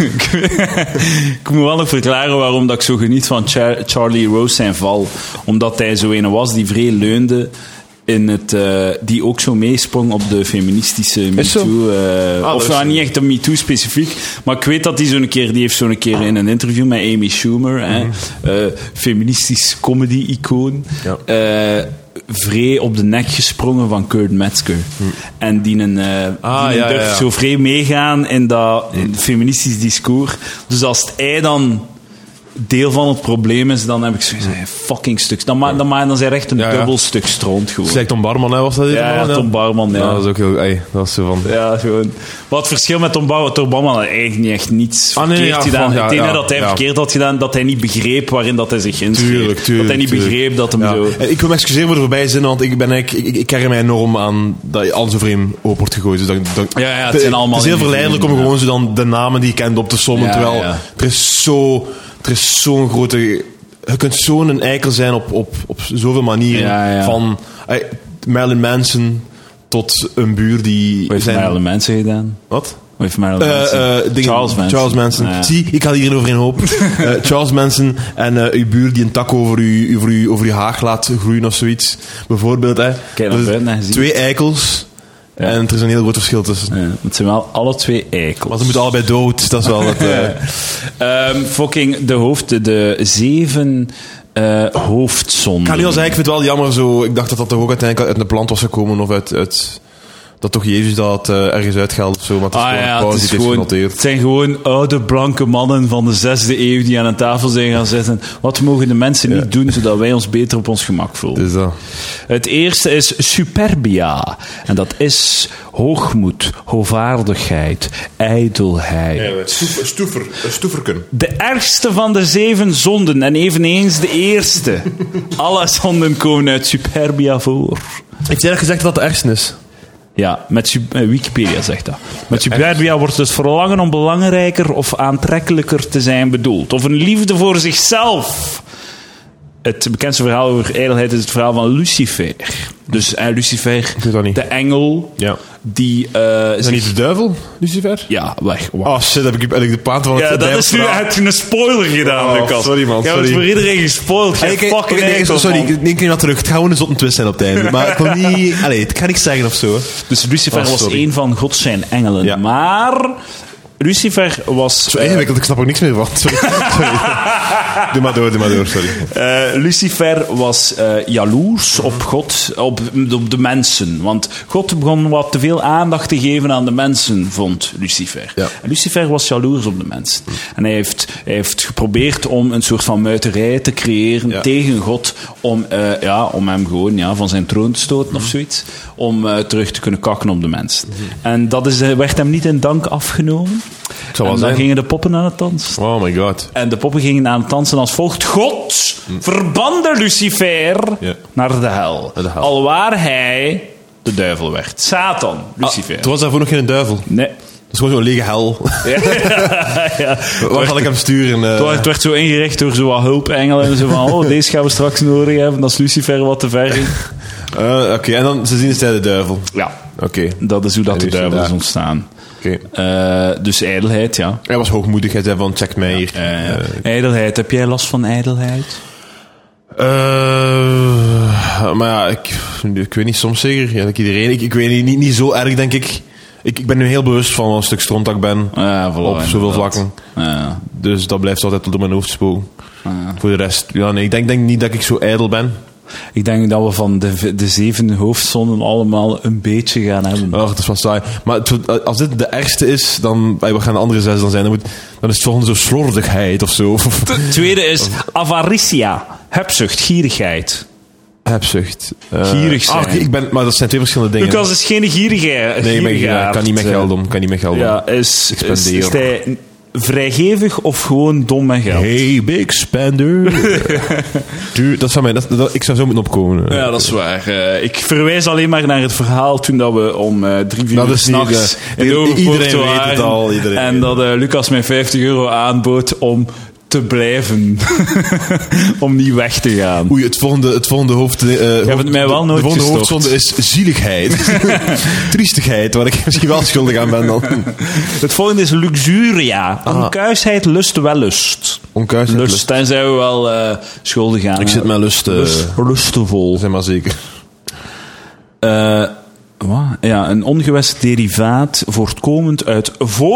S1: ik moet wel nog verklaren waarom dat ik zo geniet van Char- Charlie Rose zijn val. Omdat hij zo een was die vrij leunde in het, uh, die ook zo meesprong op de feministische MeToo. Uh, ah, of nou, niet echt de MeToo specifiek, maar ik weet dat hij zo'n keer, die heeft zo'n keer in een interview met Amy Schumer, mm-hmm. hè, uh, feministisch comedy-icoon, ja. uh, vrij op de nek gesprongen van Kurt Metzger. Mm. En die een, uh,
S2: ah,
S1: die een
S2: ja,
S1: durft
S2: ja, ja.
S1: zo vrij meegaan in dat in feministisch discours. Dus als hij dan deel van het probleem is, dan heb ik zoiets van fucking stuk. Dan, ma- dan, ma- dan zijn echt een ja, ja. dubbel stuk stront gewoon.
S2: Zeg Tom Barman, hè, was dat?
S1: Ja, ja, Tom Barman, ja.
S2: ja. Dat is ook heel... Ey, dat is zo van...
S1: Ja, gewoon... Wat het verschil met Tom Barman... Tom Barman had eigenlijk niet echt niets
S2: ah, nee,
S1: verkeerd
S2: ja,
S1: gedaan.
S2: Van, ja,
S1: het enige
S2: ja,
S1: dat hij
S2: ja.
S1: verkeerd had gedaan, dat hij niet begreep waarin dat hij zich inschreef.
S2: Tuurlijk, tuurlijk.
S1: Dat hij niet
S2: tuurlijk.
S1: begreep dat hem
S2: ja.
S1: zo...
S2: Ik wil me excuseren voor de voorbije zin, want ik ben eigenlijk... Ik, ik kerm mij enorm aan dat alles over hem open wordt gegooid. Dus dat, dat,
S1: ja, ja, het zijn allemaal...
S2: Het is heel verleidelijk om
S1: ja.
S2: gewoon zo dan de namen die je kent op te sommen,
S1: ja,
S2: terwijl
S1: ja.
S2: er is zo... Er is zo'n grote... Je kunt zo'n eikel zijn op, op, op zoveel manieren.
S1: Ja, ja.
S2: Van ey, Marilyn Manson tot een buur die...
S1: Wat heeft
S2: zijn...
S1: Marilyn Manson gedaan?
S2: Wat?
S1: Wat heeft Marilyn Manson?
S2: Uh, uh, dingen,
S1: Charles Manson.
S2: Charles Manson. Ja. Zie, ik ga hier over in hoop. uh, Charles Manson en uh, uw buur die een tak over uw, over, uw, over uw haag laat groeien of zoiets. Bijvoorbeeld. Hè.
S1: Kijk naar buiten en gezien.
S2: Twee eikels. Ja. En er is een heel groot verschil tussen.
S1: Ja, het zijn wel alle twee eikels.
S2: Maar ze moeten allebei dood. Dat is wel het... Uh...
S1: um, fucking de hoofd... De, de zeven... Uh, hoofdzonden.
S2: Ik ga nu al zeggen, ik vind het wel jammer zo. Ik dacht dat dat toch ook uiteindelijk uit een plant was gekomen of uit... uit dat toch Jezus dat uh, ergens uitgehaald of zo. Maar het is
S1: ah,
S2: gewoon
S1: ja,
S2: een pauze
S1: het, is
S2: die
S1: gewoon,
S2: het heeft
S1: het zijn gewoon oude blanke mannen van de zesde eeuw die aan een tafel zijn gaan zitten. Wat mogen de mensen niet ja. doen zodat wij ons beter op ons gemak voelen?
S2: Dus dat.
S1: Het eerste is superbia. En dat is hoogmoed, hoogvaardigheid, ijdelheid.
S2: Ja, stoefer, stoefer, stoeferken.
S1: De ergste van de zeven zonden en eveneens de eerste. Alle zonden komen uit superbia voor.
S2: Heeft jij gezegd dat het de ergste is?
S1: Ja, met Wikipedia zegt dat. Met superbia wordt het verlangen om belangrijker of aantrekkelijker te zijn bedoeld. Of een liefde voor zichzelf. Het bekendste verhaal over ijdelheid is het verhaal van Lucifer. Dus uh, Lucifer, de engel, ja. die... Uh,
S2: is dat niet de duivel, Lucifer?
S1: Ja, weg. Wow.
S2: Oh shit, heb ik, heb ik de paard van het...
S1: Ja, dat is nu heb je een spoiler gedaan,
S2: oh,
S1: Lucas.
S2: Sorry man,
S1: sorry.
S2: sorry.
S1: Je hebt voor iedereen gespoild. Hey,
S2: okay,
S1: fucking
S2: okay, nee,
S1: eikel,
S2: sorry,
S1: man.
S2: ik neem dat terug. Het gaat gewoon een zotte twist zijn op het einde. Maar ik wil niet... Allee, het kan niks zeggen of zo.
S1: Dus Lucifer oh, was een van Gods zijn engelen. Ja. Maar... Lucifer was...
S2: Zo ingewikkeld, uh, ik snap er niks meer van. Sorry. Sorry. Doe maar door, doe maar door, sorry.
S1: Uh, Lucifer was uh, jaloers op God, op, op de mensen. Want God begon wat te veel aandacht te geven aan de mensen, vond Lucifer.
S2: Ja.
S1: En Lucifer was jaloers op de mensen. En hij heeft, hij heeft geprobeerd om een soort van muiterij te creëren ja. tegen God, om, uh, ja, om hem gewoon ja, van zijn troon te stoten of zoiets, om uh, terug te kunnen kakken op de mensen. En dat is, uh, werd hem niet in dank afgenomen. En dan zijn. gingen de poppen aan het dansen.
S2: Oh my god.
S1: En de poppen gingen aan het dansen als volgt. God verbande Lucifer
S2: ja.
S1: naar de hel.
S2: de hel.
S1: Alwaar hij de duivel werd. Satan, Lucifer.
S2: Ah, het was daarvoor nog geen duivel.
S1: Nee.
S2: Dat is gewoon zo'n lege hel. Ja. ja. Waar zal ik hem sturen? Uh...
S1: Het, werd, het werd zo ingericht door zo'n hulpengelen. En zo van, oh, deze gaan we straks nodig hebben. Als Lucifer wat te ver ging.
S2: Uh, Oké, okay. En dan ze zien is hij de duivel.
S1: Ja.
S2: Oké. Okay.
S1: Dat is hoe dat de duivel is ontstaan.
S2: Okay.
S1: Uh, dus ijdelheid, ja.
S2: Hij was hoogmoedig, hij zei van, check mij hier.
S1: Ja. Uh, uh, ijdelheid, heb jij last van ijdelheid?
S2: Uh, maar ja, ik, ik weet niet, soms zeker. Ja, iedereen. Ik, ik weet niet, niet, niet zo erg, denk ik. ik. Ik ben nu heel bewust van wat een stuk stront dat ik ben.
S1: Ja, voilà,
S2: op zoveel vlakken.
S1: Ja.
S2: Dus dat blijft altijd door mijn hoofd spoken.
S1: Ja.
S2: Voor de rest, ja, nee, ik denk, denk niet dat ik zo ijdel ben.
S1: Ik denk dat we van de, de zeven hoofdzonden allemaal een beetje gaan hebben.
S2: Oh, dat is wel saai. Maar het, als dit de ergste is, dan we gaan de andere zes dan zijn. Dan, moet, dan is het volgende zo slordigheid of zo.
S1: Het tweede is avaricia, hebzucht, gierigheid.
S2: Hebzucht. Uh,
S1: Gierig zijn.
S2: Ah, okay, ik ben, maar dat zijn twee verschillende dingen.
S1: Lucas is geen gierigheid.
S2: Nee, maar ik kan niet met geld om. Kan niet met geld om.
S1: Ja, is, is, is hij vrijgevig of gewoon dom met geld?
S2: Hey, big spender. Duur, dat zou mij, dat, dat, ik zou zo moeten opkomen.
S1: Ja, dat is waar. Uh, ik verwijs alleen maar naar het verhaal toen dat we om uh, drie, vier uur s'nachts in de
S2: Iedereen weet het al. Iedereen
S1: en dat uh, Lucas mij vijftig euro aanbood om te blijven. Om niet weg te gaan.
S2: Oei, het volgende, het volgende hoofd... Uh,
S1: Je hebt het mij wel nooit
S2: De volgende
S1: gestopt.
S2: hoofdzonde is zieligheid. Triestigheid, waar ik misschien wel schuldig aan ben dan.
S1: Het volgende is luxuria. Ah. Onkuisheid, lust, wellust.
S2: Onkuisheid,
S1: lust.
S2: lust.
S1: Daar zijn we wel uh, schuldig aan.
S2: Ik zit met lust... Uh,
S1: lust lustevol.
S2: Zeg maar zeker.
S1: Uh, Wat? Ja, een ongewest derivaat voortkomend uit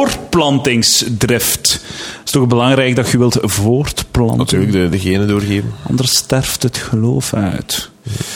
S1: voortplantingsdrift. Het is toch belangrijk dat je wilt voortplanten?
S2: Natuurlijk, de, de genen doorgeven.
S1: Anders sterft het geloof uit.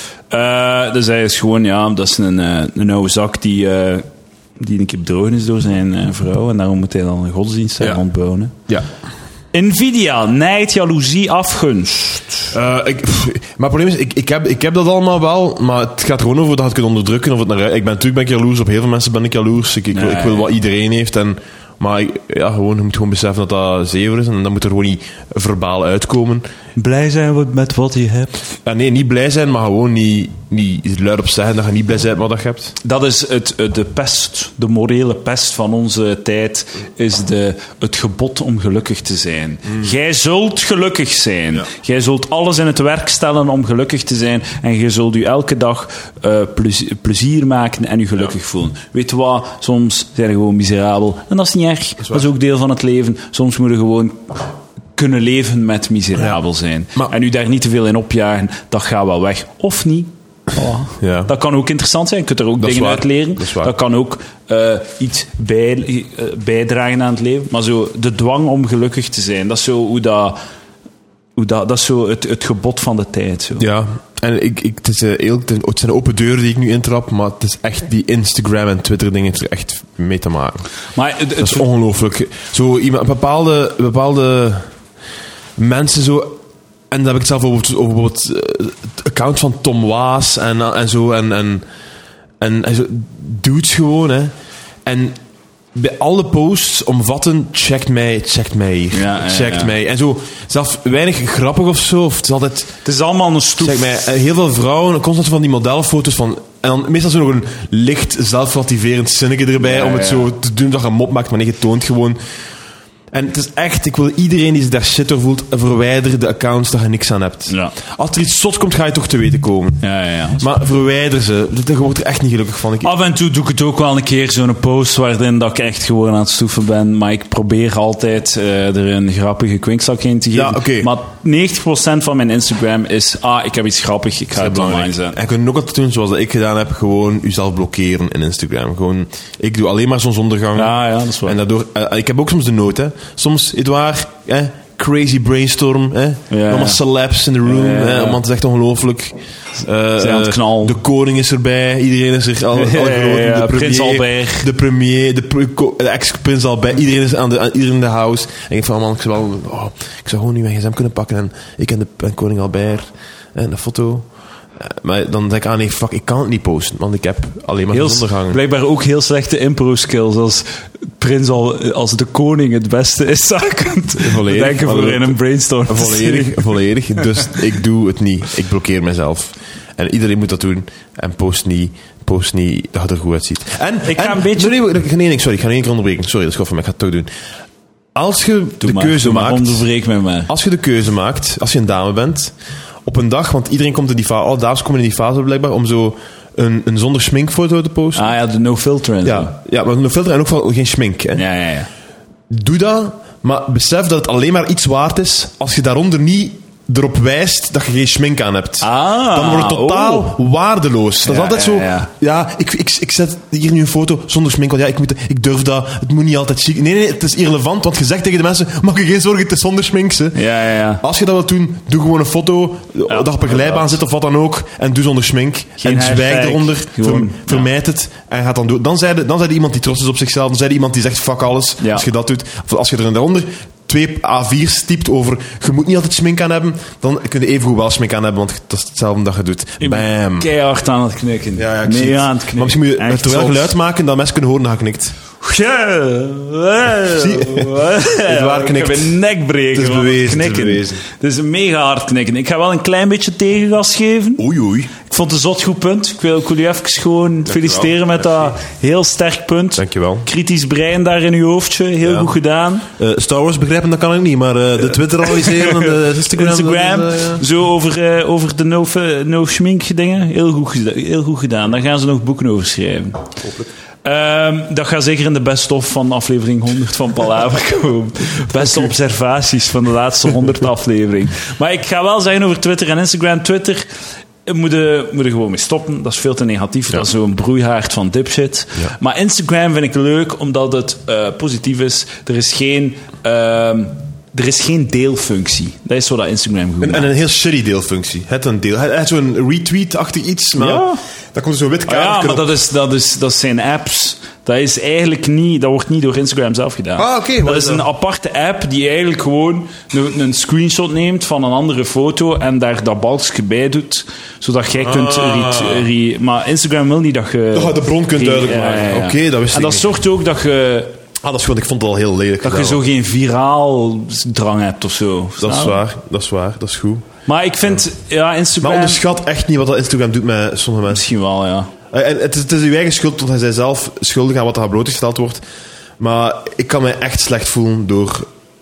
S1: Uh, dus hij is gewoon, ja, dat is een, uh, een oude zak die, uh, die een keer bedrogen is door zijn uh, vrouw. En daarom moet hij dan een godsdienst ja. rondbouwen.
S2: Ja.
S1: Nvidia, nijd, jaloezie, afgunst.
S2: Uh, ik, pff, maar het probleem is, ik, ik, heb, ik heb dat allemaal wel, maar het gaat gewoon over dat ik het onderdrukken. Of het naar, ik ben natuurlijk ben ik jaloers, op heel veel mensen ben ik jaloers. Ik, ik, nee, wil, ik wil wat iedereen heeft. En, maar ik, ja, gewoon, je moet gewoon beseffen dat dat zever is. En dan moet er gewoon niet verbaal uitkomen.
S1: Blij zijn met wat je hebt.
S2: Ja, nee, niet blij zijn, maar gewoon niet, niet luid op zeggen dat je niet blij bent met wat je hebt.
S1: Dat is het, de pest, de morele pest van onze tijd, is de, het gebod om gelukkig te zijn. Mm. Jij zult gelukkig zijn. Ja. Jij zult alles in het werk stellen om gelukkig te zijn. En je zult je elke dag uh, plezier, plezier maken en je gelukkig ja. voelen. Weet je wat? Soms zijn je gewoon miserabel. En dat is niet erg. Dat is, dat is ook deel van het leven. Soms moet je gewoon kunnen leven met miserabel zijn. Ja. Maar, en u daar niet te veel in opjagen, dat gaat wel weg. Of niet. Oh. Ja. Dat kan ook interessant zijn. Je kunt er ook dat dingen uit leren. Dat, dat kan ook uh, iets bij, uh, bijdragen aan het leven. Maar zo de dwang om gelukkig te zijn, dat is zo hoe dat... Hoe dat, dat is zo het, het gebod van de tijd. Zo.
S2: Ja, en ik, ik, het, is, uh, heel, het zijn open deuren die ik nu intrap, maar het is echt die Instagram en Twitter dingen er echt mee te maken. Maar het, dat is het, ongelooflijk. Zo iemand, bepaalde, bepaalde mensen zo... En dan heb ik het zelf over, over bijvoorbeeld het account van Tom Waas en, en zo. En, en, en, en zo, dudes gewoon, hè. En bij alle posts omvatten, checkt mij, checkt mij hier, ja, ja, checkt ja. mij. En zo, zelfs weinig grappig of zo. Of het is altijd...
S1: Het is allemaal een stoef.
S2: Check mij. Heel veel vrouwen, constant van die modelfoto's van... En dan meestal zo nog een licht zelfrelativerend zinnetje erbij, ja, om het ja. zo te doen dat je een mop maakt, maar nee, je toont gewoon... En het is echt, ik wil iedereen die zich daar shit door voelt, verwijder de accounts dat je niks aan hebt. Ja. Als er iets zot komt, ga je toch te weten komen.
S1: Ja, ja, ja.
S2: Maar verwijder ze. Daar word ik er echt niet gelukkig van. Ik...
S1: Af en toe doe ik het ook wel een keer, zo'n post waarin dat ik echt gewoon aan het stoeven ben. Maar ik probeer altijd uh, er een grappige kwinkslag in te geven.
S2: Ja, okay.
S1: Maar negentig procent van mijn Instagram is, ah, ik heb iets grappigs, ik ga het online zetten.
S2: En je kunt ook altijd doen zoals ik gedaan heb, gewoon jezelf blokkeren in Instagram. Gewoon, ik doe alleen maar zonsondergang.
S1: Ja, ja, dat is waar.
S2: En daardoor, uh, ik heb ook soms de nood, hè. Soms, Edouard, eh, crazy brainstorm. Hè?
S1: Ja.
S2: Allemaal celebs in the room.
S1: Ja, ja, ja.
S2: Hè? Want het is echt ongelooflijk. Uh,
S1: Zijn aan het knallen.
S2: De koning is erbij. Iedereen is er. Al, al
S1: Ja, ja, ja.
S2: de premier,
S1: Prins Albert.
S2: De premier, de, pre- de ex-prins Albert. Iedereen is aan de, aan, iedereen in de house. En ik van, man, ik zou, wel, oh, ik zou gewoon nu mijn gsm kunnen pakken. En ik en, de, en koning Albert. En een foto. Maar dan denk ik, ah nee, fuck, ik kan het niet posten, want ik heb alleen maar
S1: Heel,
S2: ondergangen.
S1: blijkbaar ook heel slechte impro-skills. Als prins al, als de koning het beste is, zou ik het
S2: Volledig,
S1: denken voor
S2: volledig.
S1: in een brainstorm.
S2: Volledig, volledig. Dus ik doe het niet. Ik blokkeer mezelf. En iedereen moet dat doen. En post niet, post niet dat het er goed uitziet. En,
S1: Ik ga
S2: en,
S1: een beetje-
S2: Nee, nee, nee, nee, sorry, ik ga nog één keer onderbreken. Sorry, dat is goed van mij, ik ga het toch doen. Als je
S1: Doe
S2: de
S1: maar,
S2: keuze
S1: doe maar,
S2: maakt...
S1: onderbreek mij maar.
S2: Als je de keuze maakt, als je een dame bent, op een dag, want iedereen komt in die fase, alle dames komen in die fase blijkbaar, om zo een, een zonder schminkfoto te posten.
S1: Ah ja, de no filter en zo.
S2: Ja, ja, maar no filter en ook vooral geen schmink. Hè.
S1: Ja, ja, ja.
S2: Doe dat, maar besef dat het alleen maar iets waard is als je daaronder niet erop wijst dat je geen schmink aan hebt.
S1: Ah,
S2: Dan wordt het totaal
S1: oh.
S2: waardeloos. Dat
S1: Ja,
S2: is altijd
S1: ja,
S2: zo...
S1: ja.
S2: Ja, ik, ik, ik zet hier nu een foto zonder schmink, want ja, ik, moet, ik durf dat. Het moet niet altijd chic. Nee, nee, het is irrelevant, want je zegt tegen de mensen, maak je geen zorgen, het is zonder schmink. Ze.
S1: Ja, ja, ja.
S2: Als je dat wilt doen, doe gewoon een foto
S1: Ja,
S2: dat op een glijbaan zit of wat dan ook, en doe zonder schmink.
S1: Geen
S2: en zwijg
S1: hashtag,
S2: eronder,
S1: gewoon,
S2: ver-
S1: ja.
S2: vermijd het, en gaat dan doen. Dan zijn dan zijn er iemand die trots is op zichzelf, dan zijn er iemand die zegt fuck alles,
S1: Ja.
S2: als je dat doet. Of als je er daaronder twee A vier's typt over, je moet niet altijd schmink aan hebben, dan kun je evengoed wel schmink aan hebben, want dat is hetzelfde dat je doet.
S1: Ik ben
S2: Bam.
S1: keihard aan het knikken.
S2: Ja, ja, ik zie
S1: nee,
S2: het.
S1: aan het knikken.
S2: Maar misschien moet je
S1: Echt
S2: het terwijl
S1: zot.
S2: geluid maken dat mensen kunnen horen dat je knikt.
S1: Ja.
S2: Zie- Het waar
S1: Ik
S2: knikt.
S1: heb een nek breken.
S2: Het is
S1: van
S2: bewezen, het is
S1: knikken.
S2: bewezen.
S1: Het is een mega hard knikken. Ik ga wel een klein beetje tegengas geven.
S2: Oei, oei.
S1: Ik vond het een zot goed punt. Ik wil ook jullie even gewoon feliciteren met dat heel sterk punt.
S2: Dankjewel.
S1: Kritisch brein daar in uw hoofdje. Heel
S2: Ja.
S1: goed gedaan.
S2: Uh, Star Wars begrijpen, dat kan ik niet, maar uh, de Twitter analyseren en de Instagram...
S1: Instagram.
S2: dat is, uh, ja.
S1: Zo over, uh, over de no, no schmink dingen. Heel goed, geda- heel goed gedaan. Daar gaan ze nog boeken over schrijven. Um, dat gaat zeker in de best-of van aflevering honderd van Palaver komen. Beste observaties van de laatste honderd aflevering. Maar ik ga wel zeggen over Twitter en Instagram. Twitter moet je, moet je gewoon mee stoppen. Dat is veel te negatief.
S2: Ja.
S1: Dat is zo'n broeihaard van dipshit.
S2: Ja.
S1: Maar Instagram vind ik leuk, omdat het uh, positief is. Er is geen... Um, Er is geen deelfunctie. Dat is wat dat Instagram goed
S2: En,
S1: maakt.
S2: en een heel shitty deelfunctie. Het een deel. Het het zo'n retweet-achtig iets, maar
S1: Ja.
S2: daar komt er zo'n wit
S1: Ah ja,
S2: kaartje
S1: maar
S2: op.
S1: dat, is, dat, is, dat zijn apps. Dat is eigenlijk niet... Dat wordt niet door Instagram zelf gedaan.
S2: Ah, oké, wat
S1: dat
S2: is
S1: is een
S2: dat?
S1: aparte app die eigenlijk gewoon een, een screenshot neemt van een andere foto en daar dat balkje bij doet, zodat jij kunt...
S2: Ah.
S1: Re, re- maar Instagram wil niet dat je...
S2: Dat je de bron kunt
S1: re-
S2: duidelijk
S1: ja,
S2: maken.
S1: ja, ja.
S2: Oké, dat wist
S1: En
S2: ik
S1: dat
S2: niet.
S1: zorgt ook dat je,
S2: Ah, dat is gewoon, ik vond het al heel lelijk
S1: dat je
S2: gedaan.
S1: zo geen viraal drang hebt of zo.
S2: Dat is
S1: Snap je?
S2: waar, dat is waar, dat is goed.
S1: Maar ik vind... Ja, Instagram...
S2: Maar onderschat echt niet wat dat Instagram doet met sommige mensen.
S1: Misschien wel, ja.
S2: Eh, En het is, het is uw eigen schuld, want hij zei zelf schuldig aan wat er blootgesteld wordt. Maar ik kan mij echt slecht voelen door,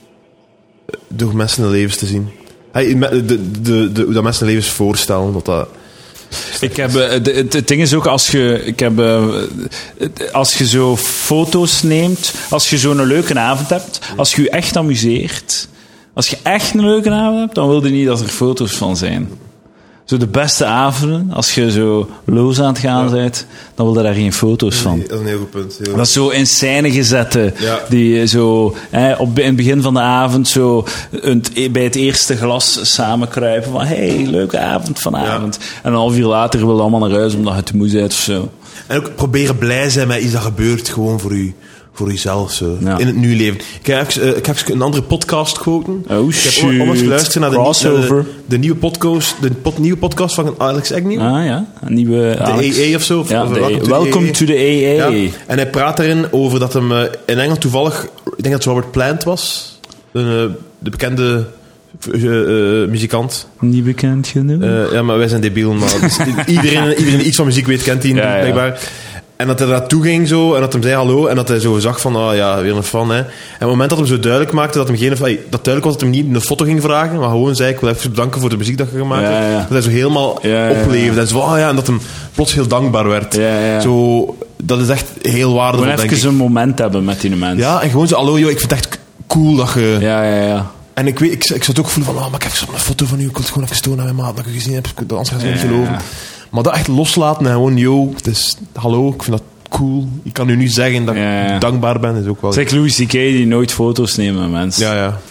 S2: door mensen hun levens te zien. Hey, me- de, de, de, hoe dat mensen hun levens voorstellen, dat dat...
S1: Ik heb, eh, de- het, het ding is ook, als je, ik heb, eh, het- als je zo foto's neemt, als je zo'n leuke avond hebt, als je je echt amuseert, als je echt een leuke avond hebt, dan wil je niet dat er foto's van zijn. Zo de beste avonden, als je zo los aan het gaan bent, dan wil je daar geen foto's van.
S2: Dat is een heel goed punt. Heel
S1: Dat is zo in scène gezette,
S2: Ja.
S1: die zo hè, op, in het begin van de avond zo een, bij het eerste glas samenkruipen van hey, leuke avond vanavond. En een half uur later wil je allemaal naar huis omdat je te moe bent of zo.
S2: En ook proberen blij zijn met iets dat gebeurt, gewoon voor u. Voor uzelf, zo.
S1: Ja.
S2: In het nu leven. Ik heb, even, uh, ik heb even een andere podcast quoten.
S1: Oh,
S2: ik heb
S1: shoot.
S2: onlangs geluisterd naar de,
S1: Crossover.
S2: naar de, de nieuwe podcast, de pod, nieuwe podcast van Alex Agnew.
S1: Ah ja, een nieuwe
S2: De
S1: Alex.
S2: A A of zo. Of,
S1: Ja,
S2: of
S1: de
S2: Welcome
S1: A A.
S2: to the
S1: Welcome
S2: A A.
S1: to the A A.
S2: Ja. En hij praat daarin over dat hem uh, in Engeland toevallig, ik denk dat Robert Plant was, een, uh, de bekende uh, uh, muzikant.
S1: Niet bekend genoeg.
S2: Uh, ja, maar wij zijn debiel, maar dus iedereen, iedereen die iets van muziek weet, kent die
S1: Ja, ja.
S2: blijkbaar. En dat hij naartoe ging zo, en dat hem zei hallo, en dat hij zo zag van, ah ja, weer een fan, hè. En op het moment dat hem zo duidelijk maakte dat hem geen, ay, dat duidelijk was dat hem niet een foto ging vragen, maar gewoon zei, ik wil even bedanken voor de muziek dat je gemaakt
S1: Ja,
S2: hebt.
S1: ja.
S2: Dat hij zo helemaal
S1: Ja, ja, ja.
S2: opleefde. En zo, ah ja, en dat hem plots heel dankbaar werd.
S1: Ja, ja.
S2: Zo, dat is echt heel waardevol,
S1: Gewoon
S2: denk ik.
S1: even een moment hebben met die mensen.
S2: Ja, en gewoon zo, hallo joh, ik vind het echt cool dat je...
S1: ja, ja. ja.
S2: En ik weet, ik, ik zou het ook voelen van, oh, maar ik heb even een foto van u, ik wil het gewoon even tonen aan mijn maat dat ik u gezien heb, anders gaan ze
S1: Ja,
S2: niet
S1: ja,
S2: geloven.
S1: ja.
S2: Maar dat echt loslaten en gewoon, yo, het is, hallo, ik vind dat cool. Ik kan u nu zeggen dat
S1: Ja, ja.
S2: ik dankbaar ben, is ook wel...
S1: Zeg Louis C K die nooit foto's neemt met mensen.
S2: Ja, ja.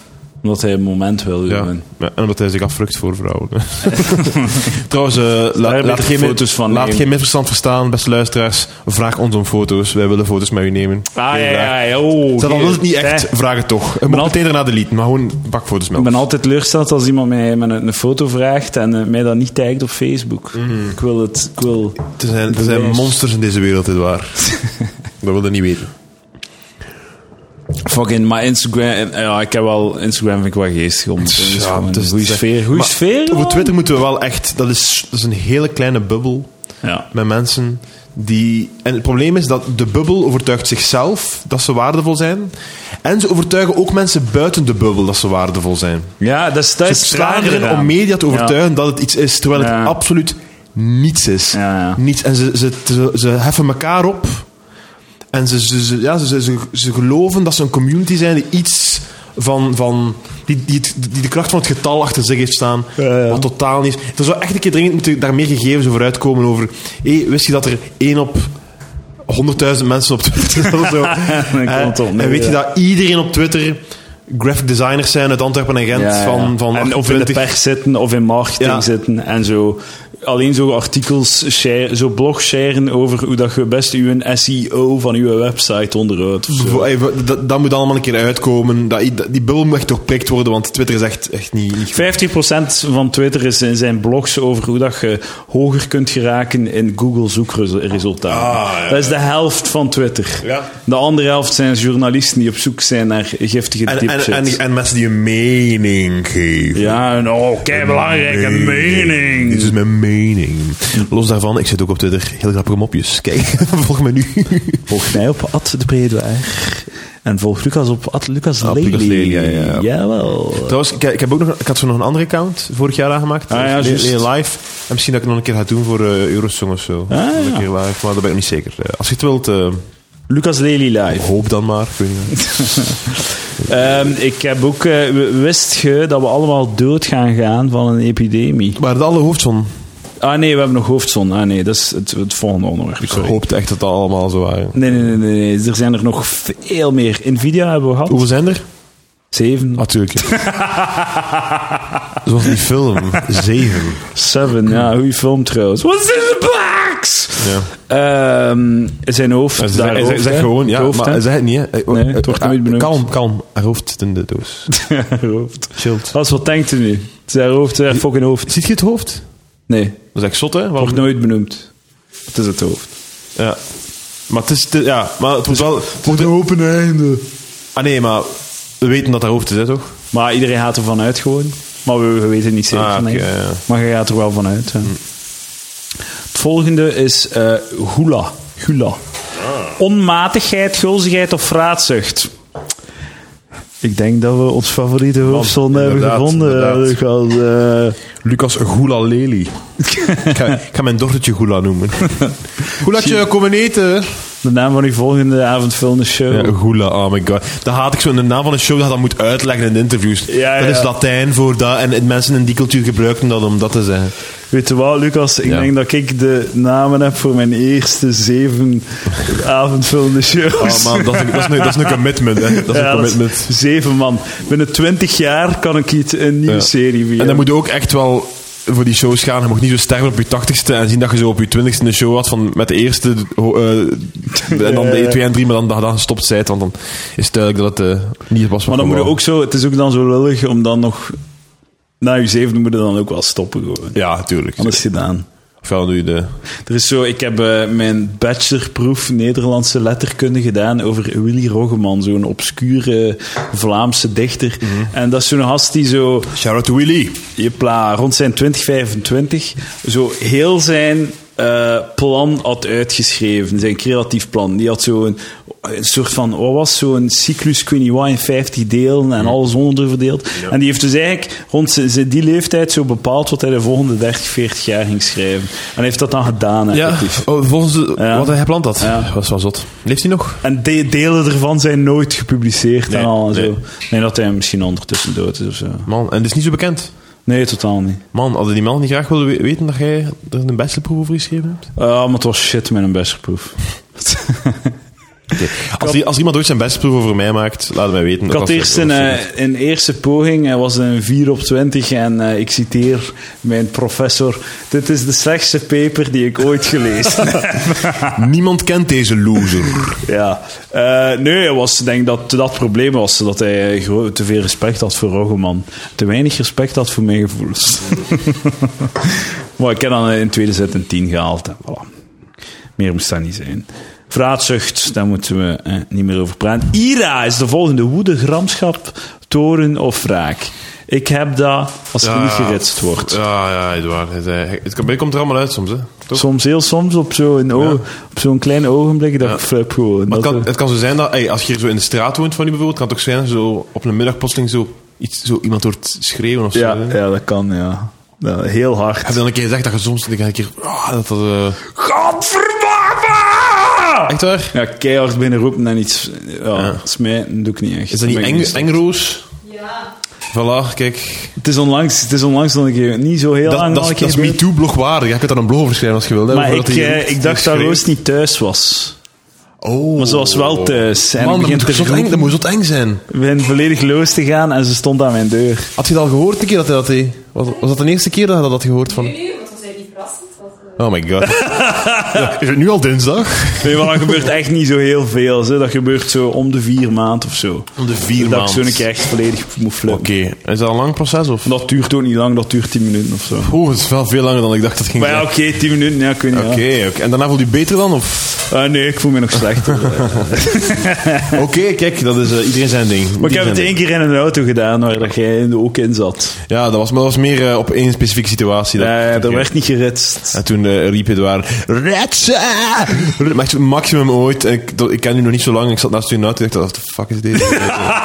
S1: Omdat hij een moment wil.
S2: Ja. Ja, en omdat hij zich afvrucht voor vrouwen. Trouwens, uh, la, laat, geen,
S1: foto's van
S2: laat geen misverstand verstaan, beste luisteraars. Vraag ons om foto's. Wij willen foto's met u nemen.
S1: Ah, ja, ja, ja. Oh,
S2: Stel, dan wil het niet echt, vraag het toch. Je moet meteen erna deleten, maar gewoon bakfoto's met
S1: Ik ben altijd teleurgesteld als iemand mij met een, een foto vraagt en uh, mij dat niet tagt op Facebook.
S2: Mm.
S1: Ik wil het... Ik wil
S2: er zijn, er zijn monsters in deze wereld, dit waar. Dat wil je niet weten.
S1: Fucking, maar Instagram... Ja, ik heb wel... Instagram vind ik wel geestig om.
S2: Ja,
S1: een goede sfeer. Goede sfeer,
S2: over Twitter moeten we wel echt... Dat is, dat is een hele kleine bubbel
S1: ja.
S2: met mensen die... En het probleem is dat de bubbel overtuigt zichzelf dat ze waardevol zijn. En ze overtuigen ook mensen buiten de bubbel dat ze waardevol zijn.
S1: Ja, dat is, dat is
S2: ze slaan erin om media te overtuigen ja. dat het iets is, terwijl
S1: ja.
S2: het absoluut niets is.
S1: Ja, ja.
S2: Niets. En ze, ze, ze, ze heffen elkaar op... En ze, ze, ze, ja, ze, ze, ze geloven dat ze een community zijn die iets van... van die, die, die de kracht van het getal achter zich heeft staan. Ja, ja. Wat totaal niet is. Er zou echt een keer dringend moeten daar meer gegevens over uitkomen. Over, hey, wist je dat er één op honderdduizend mensen op Twitter of zo. en, op, nee, en weet ja. je dat iedereen op Twitter... graphic designers zijn uit Antwerpen en Gent. Ja, ja. Van, van
S1: en of in de pers zitten of in marketing ja. zitten. En zo... Alleen zo artikels, share, zo blogs sharen over hoe dat je best uw S E O van uw website onderhoudt.
S2: Dat, dat moet allemaal een keer uitkomen. Dat, die bubbel moet echt doorprikt worden, want Twitter is echt, echt niet, niet...
S1: vijftig procent van Twitter is in zijn blogs over hoe dat je hoger kunt geraken in Google zoekresultaten. Ah, ja, dat is de helft van Twitter. Ja. De andere helft zijn journalisten die op zoek zijn naar giftige
S2: en,
S1: dipshit.
S2: En, en, en mensen die een mening geven.
S1: Ja, nou, kei belangrijke mening. mening.
S2: Dit is mijn mening. Los daarvan, ik zit ook op Twitter. Heel grappige mopjes. Kijk, volg me nu.
S1: Volg mij op at de Breedwaar. En volg Lucas op at Lucas
S2: ah,
S1: Lely.
S2: Lucas Lely, ja, ja.
S1: Jawel.
S2: Trouwens, ik, ik, heb ook nog, ik had zo nog een andere account vorig jaar aangemaakt.
S1: Ah, ja,
S2: Lely Live. En misschien dat ik nog een keer ga doen voor uh, Eurosong of zo.
S1: Ah,
S2: een
S1: ja.
S2: keer live, maar dat ben ik niet zeker. Uh, als je het wilt... Uh,
S1: Lucas Lely Live.
S2: Hoop dan maar. Ik weet niet.
S1: um, ik heb ook... Uh, wist je dat we allemaal dood gaan gaan van een epidemie?
S2: Maar de alle hoofdzon...
S1: Ah nee, we hebben nog hoofdzon. Ah nee, dat is het, het volgende onderwerp.
S2: Ik hoopte echt dat dat allemaal zo waren.
S1: Nee, nee, nee, nee, nee. Er zijn er nog veel meer. Nvidia hebben we gehad.
S2: Hoeveel zijn er?
S1: Zeven.
S2: Natuurlijk. Zoals die film. Zeven.
S1: Seven, ja. Goeie film trouwens. What's in the box?
S2: Ja.
S1: Um, zijn hoofd.
S2: Zeg, zeg,
S1: hoofd,
S2: zeg gewoon, ja,
S1: hoofd,
S2: maar zeg het niet, hè.
S1: Nee, het wordt nooit benoemd.
S2: Kalm, kalm. Haar hoofd zit in de doos.
S1: Haar hoofd.
S2: Chilled.
S1: Wat, wat denkt u nu? Het is haar hoofd, haar fucking hoofd.
S2: Ziet je het hoofd?
S1: Nee.
S2: Dat is echt zot, hè?
S1: Het wordt nooit benoemd. Het is het hoofd.
S2: Ja. Maar het is... Te, ja, maar het wordt wel... Het
S1: wordt een open einde.
S2: Ah nee, maar... We weten dat dat hoofd is, hè, toch?
S1: Maar iedereen gaat er vanuit gewoon. Maar we, we weten niet zeker.
S2: Ah, okay,
S1: nee.
S2: ja.
S1: Maar je gaat er wel vanuit. Hm. Het volgende is uh, gula. Gula. Ah. Onmatigheid, gulzigheid of vraatzucht. Ik denk dat we ons favoriete hoofdzon hebben gevonden. Lucas, uh...
S2: Lucas Gula Lely. ik, ga, ik ga mijn dochtertje Gula noemen. Gulaatje, kom eten.
S1: De naam van uw volgende avondvullende show.
S2: Ja, Gula, oh my god. Dan haat ik zo de naam van een show dat dat moet uitleggen in de interviews.
S1: Ja,
S2: dat
S1: ja.
S2: is Latijn voor dat. En, en mensen in die cultuur gebruiken dat om dat te zeggen.
S1: Weet je wat, Lucas? Ik ja. denk dat ik de namen heb voor mijn eerste zeven avondvullende shows.
S2: Oh man, dat is een, dat is een, dat is een commitment. Hè. Dat is
S1: ja,
S2: een commitment.
S1: Is zeven man. Binnen twintig jaar kan ik iets een nieuwe ja. serie via.
S2: En dan moet je ook echt wel voor die shows gaan. Je mocht niet zo sterven op je tachtigste en zien dat je zo op je twintigste een show had van met de eerste uh, en dan de twee en drie, maar dan, dan gestopt zijt, want dan is het duidelijk dat het uh, niet was.
S1: Maar dan moet je ook zo, het is ook dan zo lullig om dan nog na je zevende moet je dan ook wel stoppen gewoon.
S2: Ja, tuurlijk.
S1: Anders gedaan.
S2: Ofwel doe je de...
S1: Er is zo, ik heb uh, mijn bachelorproef Nederlandse letterkunde gedaan over Willy Roggeman, zo'n obscure Vlaamse dichter. Mm-hmm. En dat is zo'n gast die zo...
S2: Shout out to Willy.
S1: Jepla, rond zijn twintig vijfentwintig zo heel zijn uh, plan had uitgeschreven, zijn creatief plan. Die had zo'n een soort van, wat was zo'n cyclus, ik weet niet wat, in vijftig delen en alles onder verdeeld. Ja. En die heeft dus eigenlijk rond z- die leeftijd zo bepaald wat hij de volgende dertig, veertig jaar ging schrijven. En hij heeft dat dan gedaan, effectief.
S2: Ja, oh, volgens de,
S1: ja.
S2: wat hij gepland had.
S1: Ja.
S2: Dat was wel zot. Leeft hij nog?
S1: En de- delen ervan zijn nooit gepubliceerd
S2: nee,
S1: en al. En
S2: nee.
S1: zo. Nee, dat hij misschien ondertussen dood is of zo.
S2: Man, en het is niet zo bekend?
S1: Nee, totaal niet.
S2: Man, hadden die man niet graag willen we- weten dat jij er een bachelorproef over geschreven hebt?
S1: Uh, maar het was shit met een bachelorproef.
S2: Okay. Als, die, als iemand ooit zijn beste proef over mij maakt, laat het mij weten.
S1: Ik had eerst een, uh, een eerste poging, hij was een vier op twintig en uh, ik citeer mijn professor: dit is de slechtste paper die ik ooit gelezen heb.
S2: Niemand kent deze loser.
S1: Ja. Uh, nee, ik was, denk dat dat het probleem was, dat hij gro- te veel respect had voor Roggeman. Te weinig respect had voor mijn gevoelens. Maar ik heb dan in tweede zet een tien gehaald. En voilà. Meer moest dat niet zijn. Vraatzucht, daar moeten we eh, niet meer over praten. Ira is de volgende. Woede, gramschap, toren of wraak. Ik heb dat als je
S2: Ja,
S1: niet geritst wordt.
S2: Ja, ja, Edouard. Het, het, het, het komt er allemaal uit soms, hè? Toch?
S1: Soms, heel soms, op zo'n, o-
S2: Ja.
S1: op zo'n klein ogenblik, dat
S2: Ja.
S1: ik flip gewoon.
S2: Maar het
S1: Dat,
S2: kan,
S1: eh,
S2: het kan zo zijn dat, hey, als je hier zo in de straat woont van je bijvoorbeeld, kan het ook zijn zo op een middag plotseling zo, iets, zo iemand hoort schreeuwen of zo.
S1: ja,
S2: hè?
S1: ja, dat kan, ja. Ja, heel hard.
S2: Heb je dan een keer gezegd dat je soms een keer... Oh, dat dat... Uh...
S1: Godverdomme!
S2: Echt waar?
S1: Ja, keihard binnenroepen en iets ja,
S2: Ja.
S1: smijten doe ik niet echt.
S2: Is dat niet
S1: Ben ik
S2: eng,
S1: niet-
S2: engroos?
S3: Ja.
S2: Voilà, kijk.
S1: Het is onlangs, het is onlangs nog een keer, niet zo heel
S2: Dat,
S1: lang
S2: dat,
S1: al
S2: is-
S1: een
S2: dat
S1: keer
S2: is
S1: gebeurd.
S2: MeToo-blogwaardig. Je kunt daar een blog over schrijven als je wil. Hè,
S1: Maar
S2: over
S1: ik,
S2: dat hij
S1: eh,
S2: roept,
S1: ik dacht dat
S2: schreeuwt.
S1: Roos niet thuis was.
S2: Oh.
S1: Maar ze was wel thuis. En
S2: Man, dat
S1: begint
S2: moet,
S1: te
S2: toch zot eng,
S1: roepen.
S2: dat moet zot eng zijn.
S1: We zijn volledig los te gaan en ze stond aan mijn deur.
S2: Had je dat al gehoord een keer dat hij dat deed? Was, was dat de eerste keer dat je dat had gehoord van...
S3: Nu, nu, want dat zijn niet verrassend. Want, uh,
S2: Oh my god. Ja, is het nu al dinsdag?
S1: Nee, maar dat gebeurt echt niet zo heel veel. Hè. Dat gebeurt zo om de vier maanden of zo.
S2: Om de vier
S1: Dat ik
S2: maanden.
S1: zo een keer echt volledig moet flippen.
S2: Oké. Is dat een lang proces? Of?
S1: Dat duurt ook niet lang, dat duurt tien minuten of zo.
S2: Oeh, het is wel veel langer dan ik dacht dat ging
S1: Maar ja,
S2: zijn.
S1: oké, tien minuten, ja, ik weet niet.
S2: Oké,
S1: ja.
S2: oké. En daarna voelt u beter dan? Of...
S1: Ah, nee, ik voel me nog slechter.
S2: Oké, kijk, dat is uh, iedereen zijn ding.
S1: Maar ik heb het
S2: Iedereen
S1: één keer in een auto gedaan waar dat jij er ook in zat.
S2: zijn- Ja, dat was, maar dat was meer uh, op één specifieke situatie. Dat,
S1: Nee,
S2: dat
S1: er werd niet geritst.
S2: En toen uh, riep het waar... Retsen! Maar echt het maximum ooit. En ik, dat- ik ken u nog niet zo lang. Ik zat naast u in de auto en ik dacht, what the fuck is dit?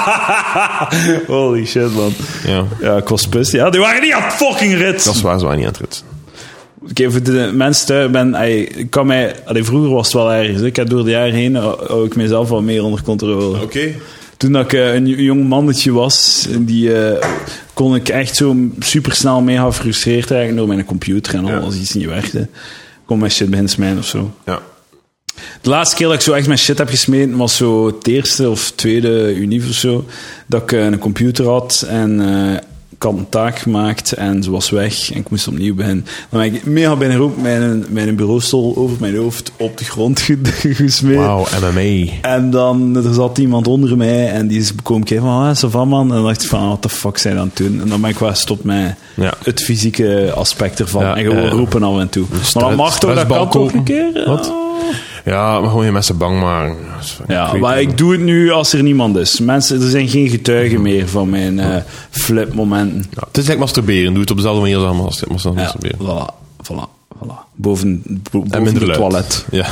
S1: Holy shit, man.
S2: Ja,
S1: Ja, ik was pust. Ja, die waren niet aan het fucking ritsen.
S2: dat is waar, ze waren niet aan het ritsen.
S1: Oké, voor de mensen thuis, ben, ey, ik kan mij, allee, vroeger was het wel ergens. Ik heb door de jaren heen hou hou ik mezelf wel meer onder controle.
S2: Oké.
S1: Toen dat ik eh, een jong mannetje was, die eh, kon ik echt zo super snel mega gefrustreerd raken door mijn computer en al,
S2: Ja.
S1: als iets niet werkte. Kon mijn shit beginnen smijten of zo.
S2: Ja.
S1: De laatste keer dat ik zo echt mijn shit heb gesmeten was zo het eerste of tweede unief of zo. Dat ik eh, een computer had en eh, ik had een taak gemaakt en ze was weg en ik moest opnieuw beginnen. Dan ben ik mega binnenroep mijn, mijn bureaustoel over mijn hoofd op de grond ge- gesmeten.
S2: Wauw, M M A.
S1: En dan er zat iemand onder mij en die is bekomen kijken van, ah, ça va, man. En dan dacht ik van, what the fuck zijn aan het doen? En dan ben ik wel gestopt met
S2: Ja.
S1: het fysieke aspect ervan.
S2: Ja,
S1: en gewoon
S2: ja.
S1: roepen af en toe.
S2: stress-
S1: Maar dat mag toch, dat kan
S2: stressbal
S1: toch een
S2: kopen.
S1: keer?
S2: Wat? Ja, maar gewoon je mensen bang maken.
S1: Ja,
S2: weet
S1: maar
S2: niet.
S1: ik doe het nu als er niemand is. Mensen, er zijn geen getuigen meer van mijn uh, flipmomenten.
S2: Ja, het is like masturberen. Doe het op dezelfde manier als mas- mas-
S1: Ja,
S2: masturberen.
S1: voilà, voilà, voilà. Boven, bo-
S2: En
S1: boven
S2: minder
S1: het
S2: luid.
S1: toilet.
S2: Ja.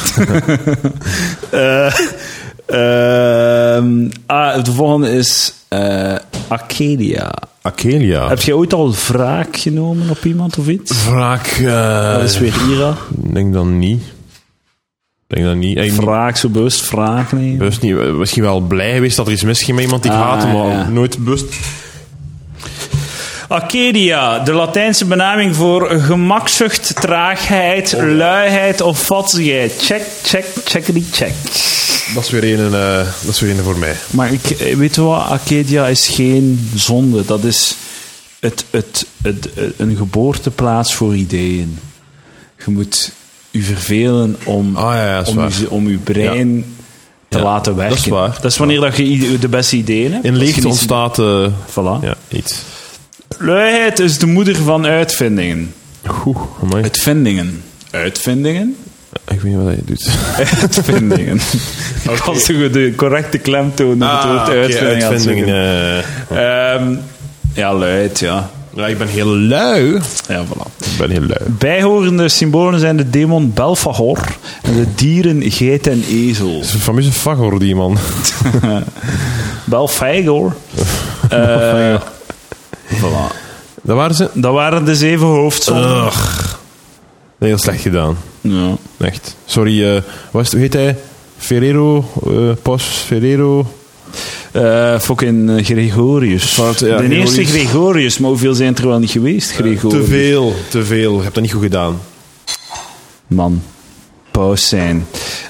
S1: Eh, ehm, ah, de volgende is uh, Arcadia.
S2: Akelia.
S1: Heb jij ooit al wraak genomen op iemand of iets?
S2: Wraak. eh,
S1: Dat is weer Ira.
S2: Ik denk dan niet. Ik denk dan niet. Hey, niet-
S1: Wraak, zo bewust wraak nemen.
S2: bewust niet. eh, Misschien wel blij geweest dat er iets misging met iemand die ik
S1: Ah,
S2: haatte, maar
S1: ja.
S2: nooit bewust.
S1: Arcadia, de Latijnse benaming voor gemakzucht, traagheid, luiheid of vatsigheid. Check, check, checkity, check.
S2: Dat is weer een, eh, dat is weer een voor mij.
S1: Maar ik, eh, weet je wat, Arcadia is geen zonde. Dat is het, het, het, het- een geboorteplaats voor ideeën. Je moet je vervelen om,
S2: Ah, ja, ja, dat is
S1: om,
S2: waar.
S1: je, om je brein te
S2: Ja,
S1: laten werken.
S2: dat is waar.
S1: Dat is wanneer dat je ide- de beste ideeën hebt.
S2: In
S1: Als je
S2: leegte
S1: niet-
S2: ontstaat eh,
S1: Voilà.
S2: ja, iets.
S1: Luiheid is de moeder van uitvindingen.
S2: Oeh, amai.
S1: Uitvindingen. Uitvindingen?
S2: Ik weet niet wat hij doet.
S1: Uitvindingen. Ik had zo de correcte klemtoon op het woord
S2: oké,
S1: uitvindingen. aan het
S2: uitvindingen.
S1: zoeken.
S2: eh.
S1: Ehm, ja, luid, ja.
S2: Ja, ik ben heel lui.
S1: Ja, voilà.
S2: Ik ben heel lui.
S1: Bijhorende symbolen zijn de demon Belfagor en de dieren geit en ezel.
S2: Dat is een fameuze fagor, die man.
S1: Belfagor. Eh voilà.
S2: Dat waren ze.
S1: Dat waren de zeven hoofdzonden.
S2: Ugh. Heel slecht gedaan.
S1: Ja.
S2: Echt. Sorry, eh wat is het- hoe heet hij? Ferrero? eh Pos Ferrero?
S1: Eh, fucking eh, Gregorius.
S2: Fout, ja,
S1: de eerste
S2: Gregorius.
S1: Gregorius, maar hoeveel zijn er wel niet geweest? Gregorius.
S2: Te veel, te veel. Je hebt dat niet goed gedaan.
S1: Man, paus zijn.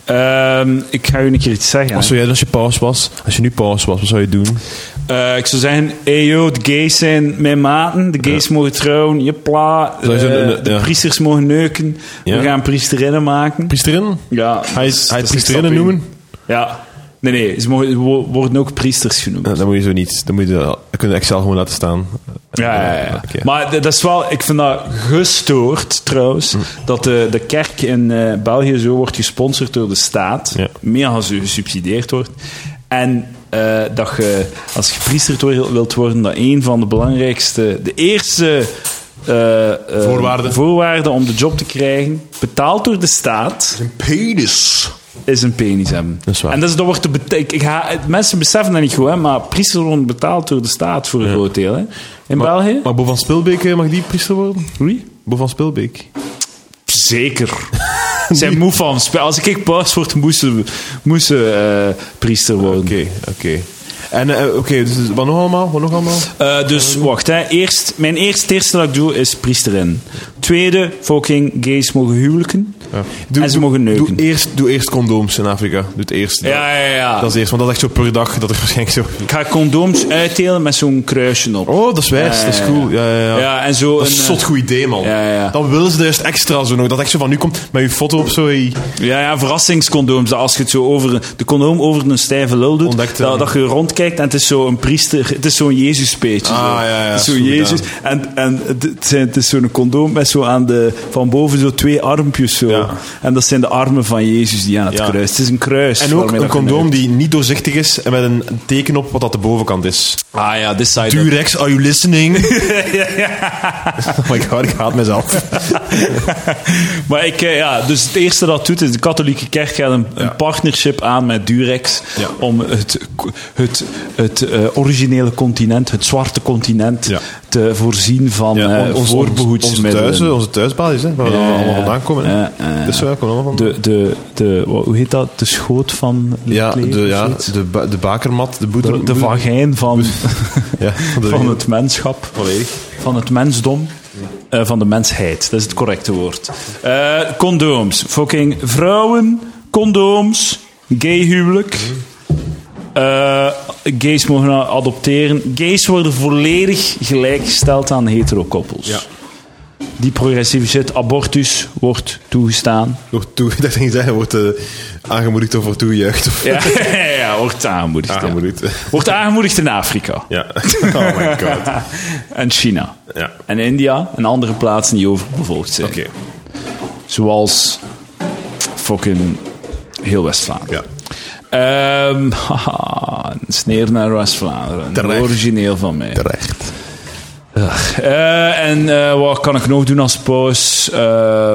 S1: Um, ik ga je een keer iets zeggen.
S2: Wat zou jij als je paus was? Als je nu paus was, wat zou je doen?
S1: Uh, ik zou zeggen, hey yo, de gays zijn mijn maten. De gays ja. mogen trouwen. Jepla. Uh, de ja. priesters mogen neuken. Ja. We gaan priesterinnen maken.
S2: Priesterinnen?
S1: Ja.
S2: Ga je het priesterinnen noemen?
S1: Ja. Nee, nee. Ze mogen, worden ook priesters genoemd.
S2: Ja, dat moet je zo niet. Dat moet je, dat kun je Excel gewoon laten staan.
S1: Ja, ja, ja. Okay. Maar dat is wel... Ik vind dat gestoord, trouwens, hm. dat de, de kerk in uh, België zo wordt gesponsord door de staat. Ja. Mega gesubsidieerd wordt. En uh, dat je, als je priester wilt worden, dat een van de belangrijkste... De eerste... Uh, uh,
S2: voorwaarden.
S1: voorwaarden om de job te krijgen, betaald door de staat...
S2: Een penis.
S1: Is een penis hebben.
S2: Dat is waar.
S1: En dat, is, dat wordt de beta- ik, ik ga, mensen beseffen dat niet goed, hè, maar priesters worden betaald door de staat voor een ja. groot deel. Hè. In
S2: maar,
S1: België.
S2: Maar Bo van Spilbeek, mag die priester worden?
S1: Wie?
S2: Bo van Spilbeek.
S1: Zeker. Zij moe van. Als ik paus word, moesten moesten uh, priester worden.
S2: Oké, okay, oké. Okay. En uh, oké, okay, dus wat nog allemaal? Wat nog allemaal?
S1: Uh, dus wacht, hè. Eerst, mijn eerste, eerste dat ik doe is priesterin. Tweede, fucking gays mogen huwelijken. Ja. Doe, en ze doe, mogen neuken.
S2: Doe eerst, doe eerst condooms in Afrika. Doe het eerst.
S1: Ja, ja, ja.
S2: Dat is eerst, want dat is echt zo per dag dat er waarschijnlijk zo...
S1: Ik ga condooms uitdelen met zo'n kruisje op.
S2: Oh, dat is wijs. Uh, dat is cool. Ja, ja, ja.
S1: ja en zo
S2: dat is een zot goed idee, man.
S1: Ja, ja.
S2: Dan willen ze juist extra zo nog. Dat echt zo van nu komt met je foto op zo. Hey.
S1: Ja, ja, verrassingscondooms. Dat als je het zo over de condoom over een stijve lul doet, Ontdekte, dat, dat je rondkijkt en het is zo een priester, het is zo'n Jezus-peetje.
S2: Ah, ja, ja.
S1: Het is zo Jezus. En, en het, zijn, het is zo'n condoom met zo aan de, van boven zo twee armpjes zo. Ja. En dat zijn de armen van Jezus die aan het ja. kruis. Het is een kruis.
S2: En ook een condoom die niet doorzichtig is en met een teken op wat dat de bovenkant is.
S1: Ah ja, this side.
S2: Durex, are you listening? Oh my god, ik haat mezelf.
S1: Maar ik, ja, dus het eerste dat doet is de katholieke kerk gaat een, ja. een partnership aan met Durex ja. om het, het, het uh, originele continent, het zwarte continent, ja. te voorzien van ja, uh, ons, voorbehoedsmiddelen.
S2: Onze, thuis, onze thuisbasis, hè, waar we uh, allemaal vandaan komen. Hè. Uh, uh, dus, ja, komen van.
S1: De, de, de, hoe heet dat? De schoot van
S2: ja, de, ja, de, ba- de bakermat, de boeter...
S1: De, de vagijn van,
S2: ja, van, de
S1: van het menschap.
S2: Volledig.
S1: Van het mensdom. Uh, van de mensheid, dat is het correcte woord. Uh, condooms. Fucking vrouwen, condooms, gayhuwelijk. Uh, gays mogen adopteren. Gays worden volledig gelijkgesteld aan hetero-koppels. Ja. Die progressieve shit, abortus wordt toegestaan.
S2: Wordt toe, dat ging zeggen, wordt uh, aangemoedigd of wordt toegejuicht. Of
S1: ja, ja, wordt aangemoedigd. aangemoedigd. Ja. Wordt aangemoedigd in Afrika.
S2: Ja. Oh my god.
S1: En China.
S2: Ja.
S1: En India en andere plaatsen die overbevolkt zijn.
S2: Oké. Okay.
S1: Zoals fucking heel West-Vlaanderen. Ja. Um, haha, een sneer naar West-Vlaanderen. Terecht. Origineel van mij.
S2: Terecht.
S1: Uh, en uh, wat kan ik nog doen als paus? Uh,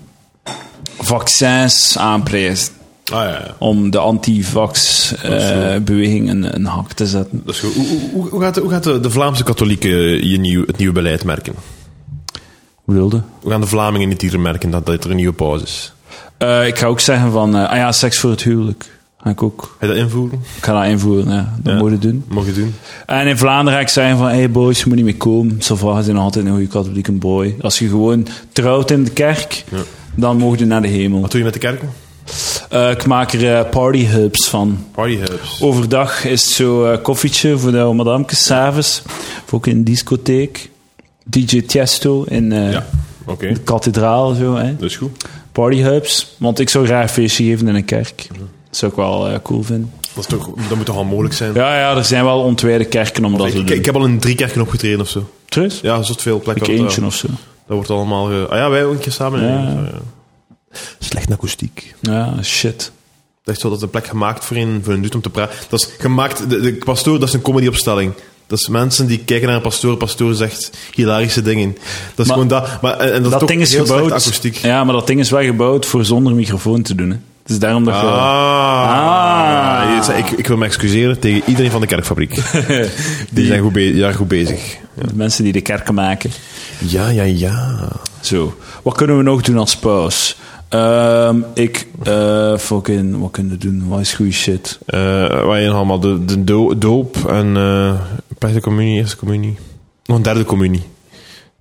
S1: vaccins aanprijzen.
S2: Ah, ja, ja.
S1: Om de anti-vax-beweging uh, een, een hak te zetten.
S2: Dat is goed. Hoe, hoe, hoe gaat, de, hoe gaat de, de Vlaamse katholieken je nieuw, het nieuwe beleid merken?
S1: Hoe wilde?
S2: Hoe gaan de Vlamingen niet hier merken dat, dat er een nieuwe paus is?
S1: Uh, ik ga ook zeggen van... Uh, ah ja, seks voor het huwelijk. Ga ik ook.
S2: Ga je dat invoeren?
S1: Ik ga dat invoeren, ja. Dat ja, moet je doen.
S2: Mag je doen.
S1: En in Vlaanderen ga ik zeggen van... Hey boys, je moet niet meer komen. Sava, je bent nog altijd een goede katholieke boy. Als je gewoon trouwt in de kerk, ja. dan mogen je naar de hemel.
S2: Wat doe je met de kerken?
S1: Uh, ik maak er uh, party hubs van.
S2: Party hubs.
S1: Overdag is het zo uh, koffietje voor de madamekes, s'avonds. Ook in een discotheek. D J Tiesto in uh,
S2: ja. okay.
S1: de kathedraal. Zo, hè.
S2: Dat is goed.
S1: Party hubs. Want ik zou graag een feestje geven in een kerk. Ja. Dat zou ik wel uh, cool vinden.
S2: Dat, is toch, dat moet toch al mogelijk zijn?
S1: Ja, ja, er zijn wel ontwijde kerken om dat
S2: ik,
S1: te
S2: ik,
S1: doen.
S2: Ik heb al in drie kerken opgetreden of zo.
S1: Terug?
S2: Ja, er zit veel plekken.
S1: Ik eentje of zo.
S2: Dat wordt allemaal... Ge... Ah ja, wij ook een keer samen.
S1: Ja.
S2: Ja. Ja. Slecht akoestiek.
S1: Ja, shit.
S2: Dat is zo, dat is een plek gemaakt voor een, voor een dude om te praten. Dat is gemaakt... De, de pastoor, dat is een comedyopstelling. Dat is mensen die kijken naar een pastoor. Een pastoor zegt hilarische dingen. Dat is
S1: maar,
S2: gewoon dat. Maar, en dat,
S1: dat
S2: is
S1: ding is
S2: heel
S1: gebouwd.
S2: akoestiek.
S1: Ja, maar dat ding is wel gebouwd voor zonder microfoon te doen. Hè. Dus daarom dat je...
S2: Ah. ah. Ik, ik wil me excuseren tegen iedereen van de kerkfabriek. die, die zijn goed, be- ja, goed bezig. Ja.
S1: De mensen die de kerken maken.
S2: Ja, ja, ja.
S1: Zo. Wat kunnen we nog doen als paus? Um, ik, uh, fucking, wat kunnen we doen? Wat is goede shit?
S2: Uh, wat je allemaal? De, de do- doop en uh, plechtige communie, eerste communie. Nog een derde communie.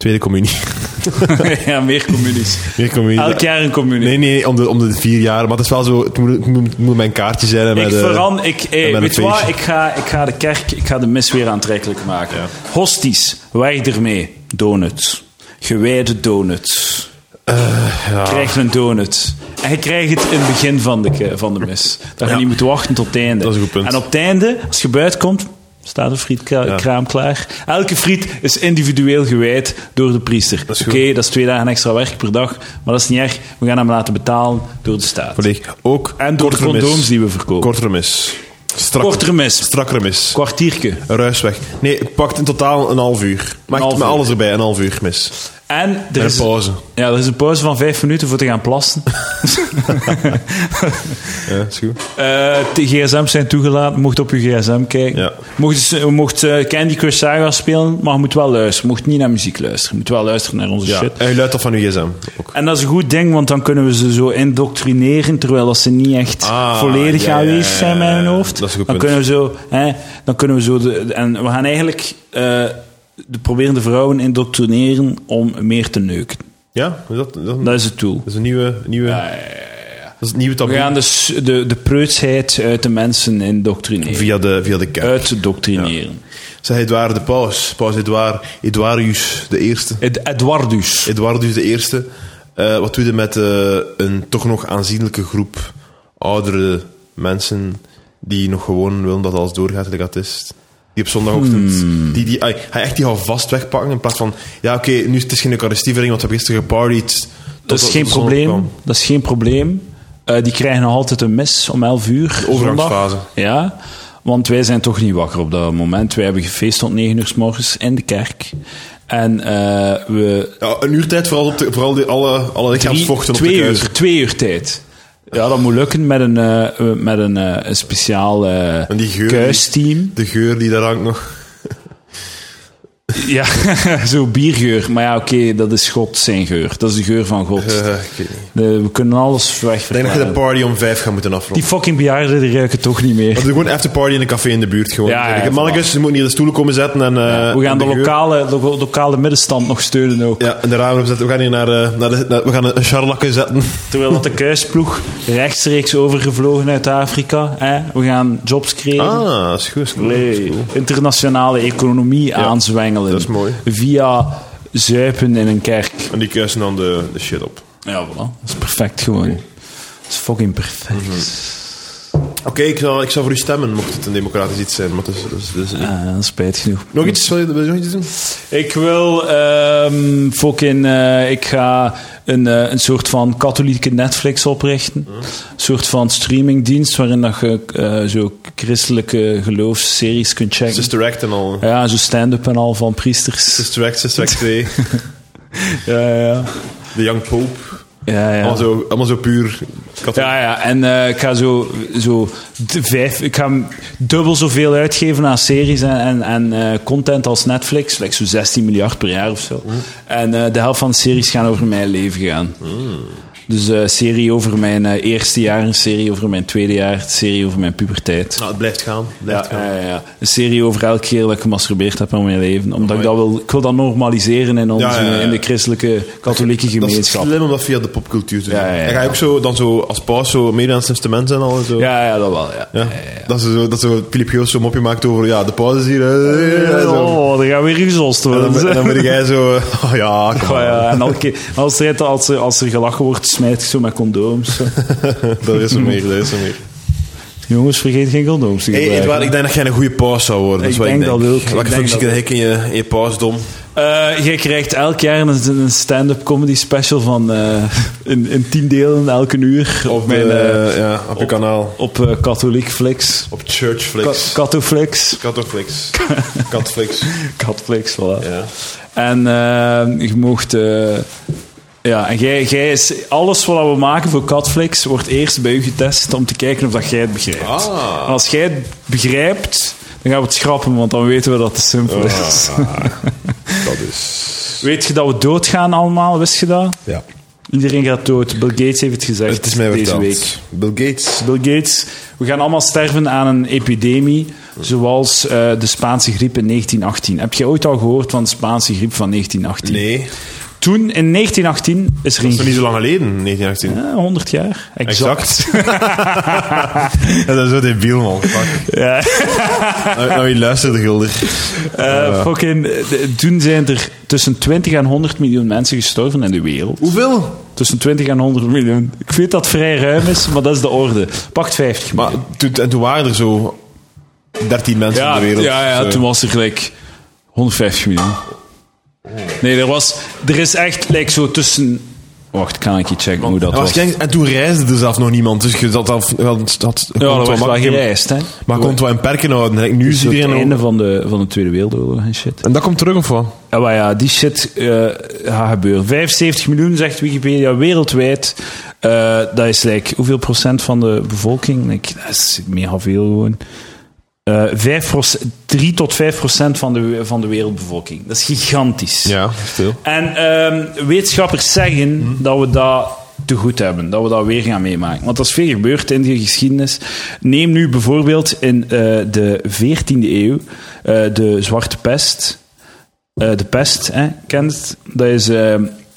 S2: Tweede communie.
S1: Ja, meer communies.
S2: Meer communie.
S1: Elk jaar een communie.
S2: Nee, nee, om de, om de vier jaar. Maar het is wel zo... Het moet, het moet, het moet mijn kaartje zijn. En
S1: Ik
S2: met,
S1: veran, ik, hey,
S2: met
S1: weet
S2: een
S1: je wat?
S2: feestje.
S1: Ik ga, ik ga de kerk, ik ga de mis weer aantrekkelijk maken.
S2: Ja.
S1: Hosties, weg ermee. Donuts. Gewijde donuts.
S2: Uh, ja.
S1: Krijg een donut. En je krijgt het in het begin van de, ke- van de mis. Dat je
S2: Ja.
S1: niet moet wachten tot het einde.
S2: Dat is een goed punt.
S1: En op het einde, als je buiten komt, staat een frietkraam
S2: Ja.
S1: klaar. Elke friet is individueel gewijd door de priester.
S2: Dat is
S1: Oké,
S2: goed.
S1: dat is twee dagen extra werk per dag, maar dat is niet erg. We gaan hem laten betalen door de staat.
S2: Volledig. Ook
S1: En door de
S2: kortere mis.
S1: condooms die we verkopen.
S2: Kortere mis. Strak,
S1: Kortere mis.
S2: Strakkere mis.
S1: Kwartiertje.
S2: Ruisweg. Nee, het pakt in totaal een half uur. Maar
S1: half
S2: met
S1: uur.
S2: alles erbij, een half uur mis.
S1: En er
S2: En een
S1: is,
S2: pauze.
S1: ja, er is een pauze van vijf minuten voor te gaan plassen.
S2: Ja, is goed.
S1: Eh, de gsm's zijn toegelaten. Mocht op je gsm kijken.
S2: Ja.
S1: Mocht, je mocht eh, Candy Crush Saga spelen, maar je moet wel luisteren. Je mocht niet naar muziek luisteren. Je moet wel luisteren naar onze
S2: Ja.
S1: shit.
S2: En je luidt af van je gsm. Ook.
S1: En dat is een goed ding, want dan kunnen we ze zo indoctrineren, terwijl dat ze niet echt
S2: Ah,
S1: volledig
S2: ja, ja,
S1: aanwezig zijn
S2: ja,
S1: in hun
S2: ja.
S1: hoofd.
S2: Dat is een goed
S1: dan,
S2: punt.
S1: kunnen we zo, hè, dan kunnen we zo... De, en we gaan eigenlijk eh, de probeerde vrouwen indoctrineren om meer te neuken.
S2: Ja, is dat, dat,
S1: Dat is het doel.
S2: dat is een nieuwe... nieuwe
S1: Ja, ja, ja.
S2: Dat is het nieuwe taboe.
S1: We gaan dus de, de preutsheid uit de mensen indoctrineren.
S2: Via de, via de kerk.
S1: Uitdoctrineren.
S2: Zeg Edouard de Paus. Paus Edouard, Eduardus de Eerste.
S1: Ed- Eduardus.
S2: Eduardus de Eerste. Eh, wat doe je met eh, een toch nog aanzienlijke groep oudere mensen die nog gewoon willen dat alles doorgaat, like dat is? Die op zondagochtend...
S1: Hmm.
S2: Die, die, ay, hij echt die gaan vastweg pakken in plaats van... Ja, oké, nu is het geen Eucharistieviering, want we hebben gisteren gepartied.
S1: Dat is geen probleem. Dat is geen probleem. Eh, die krijgen nog altijd een mis om elf uur.
S2: De overgangsfase.
S1: zondag. Ja, want wij zijn toch niet wakker op dat moment. Wij hebben gefeest tot negen uur 's morgens in de kerk. En eh, we...
S2: Ja, een uur tijd, vooral, op de, vooral die, alle, alle lichaamsvochten op de
S1: twee
S2: kuis.
S1: uur, twee uur tijd. Ja, dat moet lukken met een, eh, met een, eh, een speciaal eh,
S2: En die geur,
S1: kuisteam.
S2: De geur die daar hangt nog.
S1: Ja, zo biergeur. Maar ja, oké, dat is God zijn geur. Dat is de geur van God.
S2: Uh, ik weet niet.
S1: De- we kunnen alles
S2: Ik denk dat je de
S1: wegverklaren.
S2: party om vijf gaat moeten afronden.
S1: Die fucking bejaarden die ruiken toch niet meer.
S2: We doen gewoon afterparty in een café in de buurt. Gewoon.
S1: Ja, ja,
S2: De mannetjes, ze moeten hier de stoelen komen zetten. En, eh,
S1: We gaan
S2: en
S1: de
S2: geur.
S1: lokale, de lokale middenstand nog steunen ook.
S2: Ja, en de ramen opzetten. We gaan hier naar, eh, naar, de, naar we gaan een charlakken zetten.
S1: Terwijl dat de kuisploeg rechtstreeks overgevlogen uit Afrika. Hè? We gaan jobs creëren.
S2: Ah, dat is goed. Dat is cool. Dat is
S1: Nee,
S2: cool.
S1: internationale economie aanzwengelen.
S2: dat is mooi.
S1: Via zuipen in een kerk.
S2: En die kuisen dan de, de shit op.
S1: Ja, voilà. Dat is perfect gewoon. Dat is fucking perfect.
S2: Oké, ik, zou, ik zou voor u stemmen, mocht het een democratisch iets zijn. Maar dat is, dat is, dat is-
S1: Ah, dat is spijt genoeg.
S2: Nog iets? Wil je, wil je nog iets doen?
S1: Ik wil ehm fucking... eh, ik ga een, eh, een soort van katholieke Netflix oprichten. Een soort van streamingdienst waarin dat je eh, zo christelijke geloofsseries kunt checken.
S2: Sister Act en al.
S1: Ja, zo stand-up en al van priesters.
S2: Sister Act, Sister Act twee.
S1: Ja, ja.
S2: The Young Pope.
S1: Ja, ja.
S2: Allemaal, zo, allemaal zo puur katholiek.
S1: Ja, ja, en eh, ik ga zo, zo de vijf, ik ga m- dubbel zoveel uitgeven aan series en, en, en eh, content als Netflix, like zo zestien miljard per jaar of zo. En eh, de helft van de series gaan over mijn leven gaan. Dus een serie over mijn eh, eerste jaar, een serie over mijn tweede jaar, een serie over mijn puberteit.
S2: Nou, het blijft gaan. Het blijft
S1: Ja,
S2: gaan.
S1: ja, ja. Een serie over elke keer dat ik gemasturbeerd heb in mijn leven. Omdat ik dat wil, ik wil dat normaliseren in, onze,
S2: Ja, ja, ja.
S1: in de christelijke, katholieke
S2: Dat is
S1: gemeenschap.
S2: slim om dat via de popcultuur te doen.
S1: Ja, ja, ja.
S2: En ga je ook zo, dan zo als paus zo meer aan het instrument zijn al en zo?
S1: Ja, ja, dat wel, ja.
S2: Ja? Dat ze zo, dat zo Philip Geus zo'n mopje maakt over, ja, de paus is hier. eh, eh, zo.
S1: Oh, dan gaan we weer gezost
S2: En
S1: worden.
S2: dan, en dan ben jij zo, oh ja, kom
S1: Oh
S2: maar.
S1: ja, en elke keer, als, er, als, er, als er gelachen wordt, smijt ik zo met condooms.
S2: Dat is er meer, dat is er meer.
S1: Jongens, vergeet geen condooms te
S2: Hey,
S1: gebruiken.
S2: Edouard, ik denk dat jij een goede paus zou worden. Dat is
S1: Ik
S2: wat
S1: denk
S2: ik denk.
S1: dat ook. Ik
S2: Welke
S1: denk
S2: functie
S1: dat
S2: krijg ik in je, in je pausdom?
S1: Eh, jij krijgt elk jaar een, een stand-up comedy special van eh, in, in tien delen elke uur op, mijn, eh,
S2: eh, ja, op je kanaal.
S1: op eh, Katholiek Flix.
S2: Op Churchflix.
S1: Ka- Katoflix.
S2: Katoflix. Katflix.
S1: Katflix, voilà.
S2: Ja.
S1: En eh, je mocht... eh, ja, en jij, jij is... Alles wat we maken voor Katflix wordt eerst bij u getest om te kijken of dat jij het begrijpt.
S2: Ah.
S1: En als jij het begrijpt, dan gaan we het schrappen, want dan weten we dat het simpel is.
S2: Dat is...
S1: Weet je dat we doodgaan allemaal? Wist je dat?
S2: Ja.
S1: Iedereen gaat dood. Bill Gates heeft het gezegd
S2: Het is mij
S1: deze
S2: verteld.
S1: week.
S2: Bill Gates.
S1: Bill Gates, we gaan allemaal sterven aan een epidemie Zoals uh, de Spaanse griep in negentien achttien. Heb je ooit al gehoord van de Spaanse griep van negentien achttien?
S2: Nee.
S1: Toen, in negentien achttien, is er
S2: Dat is
S1: een...
S2: nog niet zo lang geleden, negentien achttien.
S1: Ja, honderd jaar. Exact.
S2: exact. Ja, dat is zo debiel, man. Fuck.
S1: Ja.
S2: nou, nou, je luisterde, Gulder.
S1: Uh, uh. Fucking, de, toen zijn er tussen twintig en honderd miljoen mensen gestorven in de wereld.
S2: Hoeveel?
S1: Tussen twintig en honderd miljoen. Ik weet dat het vrij ruim is, maar dat is de orde. Pakt vijftig miljoen.
S2: Maar toen, en toen waren er zo dertien mensen
S1: ja,
S2: in de wereld.
S1: Ja, ja
S2: zo.
S1: Toen was er gelijk honderdvijftig miljoen. Nee, er was... Er is echt, like, zo tussen... Wacht, kan ik je checken hoe dat was?
S2: En toen reisde er zelf nog niemand, dus je dat had... had, had
S1: ja, dat was wel gereisd, hè.
S2: Maar kon het wel in perken houden. Nu is iedereen...
S1: Het einde van de, van de Tweede Wereldoorlog en shit.
S2: En dat komt terug, of wat?
S1: Ja, maar ja, die shit uh, gaat gebeuren. vijfenzeventig miljoen, zegt Wikipedia, wereldwijd. Uh, dat is, like, hoeveel procent van de bevolking? Like, dat is mega veel gewoon. Uh, vijf procent, drie tot vijf procent van de, van de wereldbevolking. Dat is gigantisch.
S2: Ja, veel.
S1: En um, wetenschappers zeggen mm. dat we dat te goed hebben. Dat we dat weer gaan meemaken. Want dat is veel gebeurd in de geschiedenis. Neem nu bijvoorbeeld in uh, de veertiende eeuw uh, de Zwarte Pest. Uh, de pest, hè, kent het? Dat is... Uh,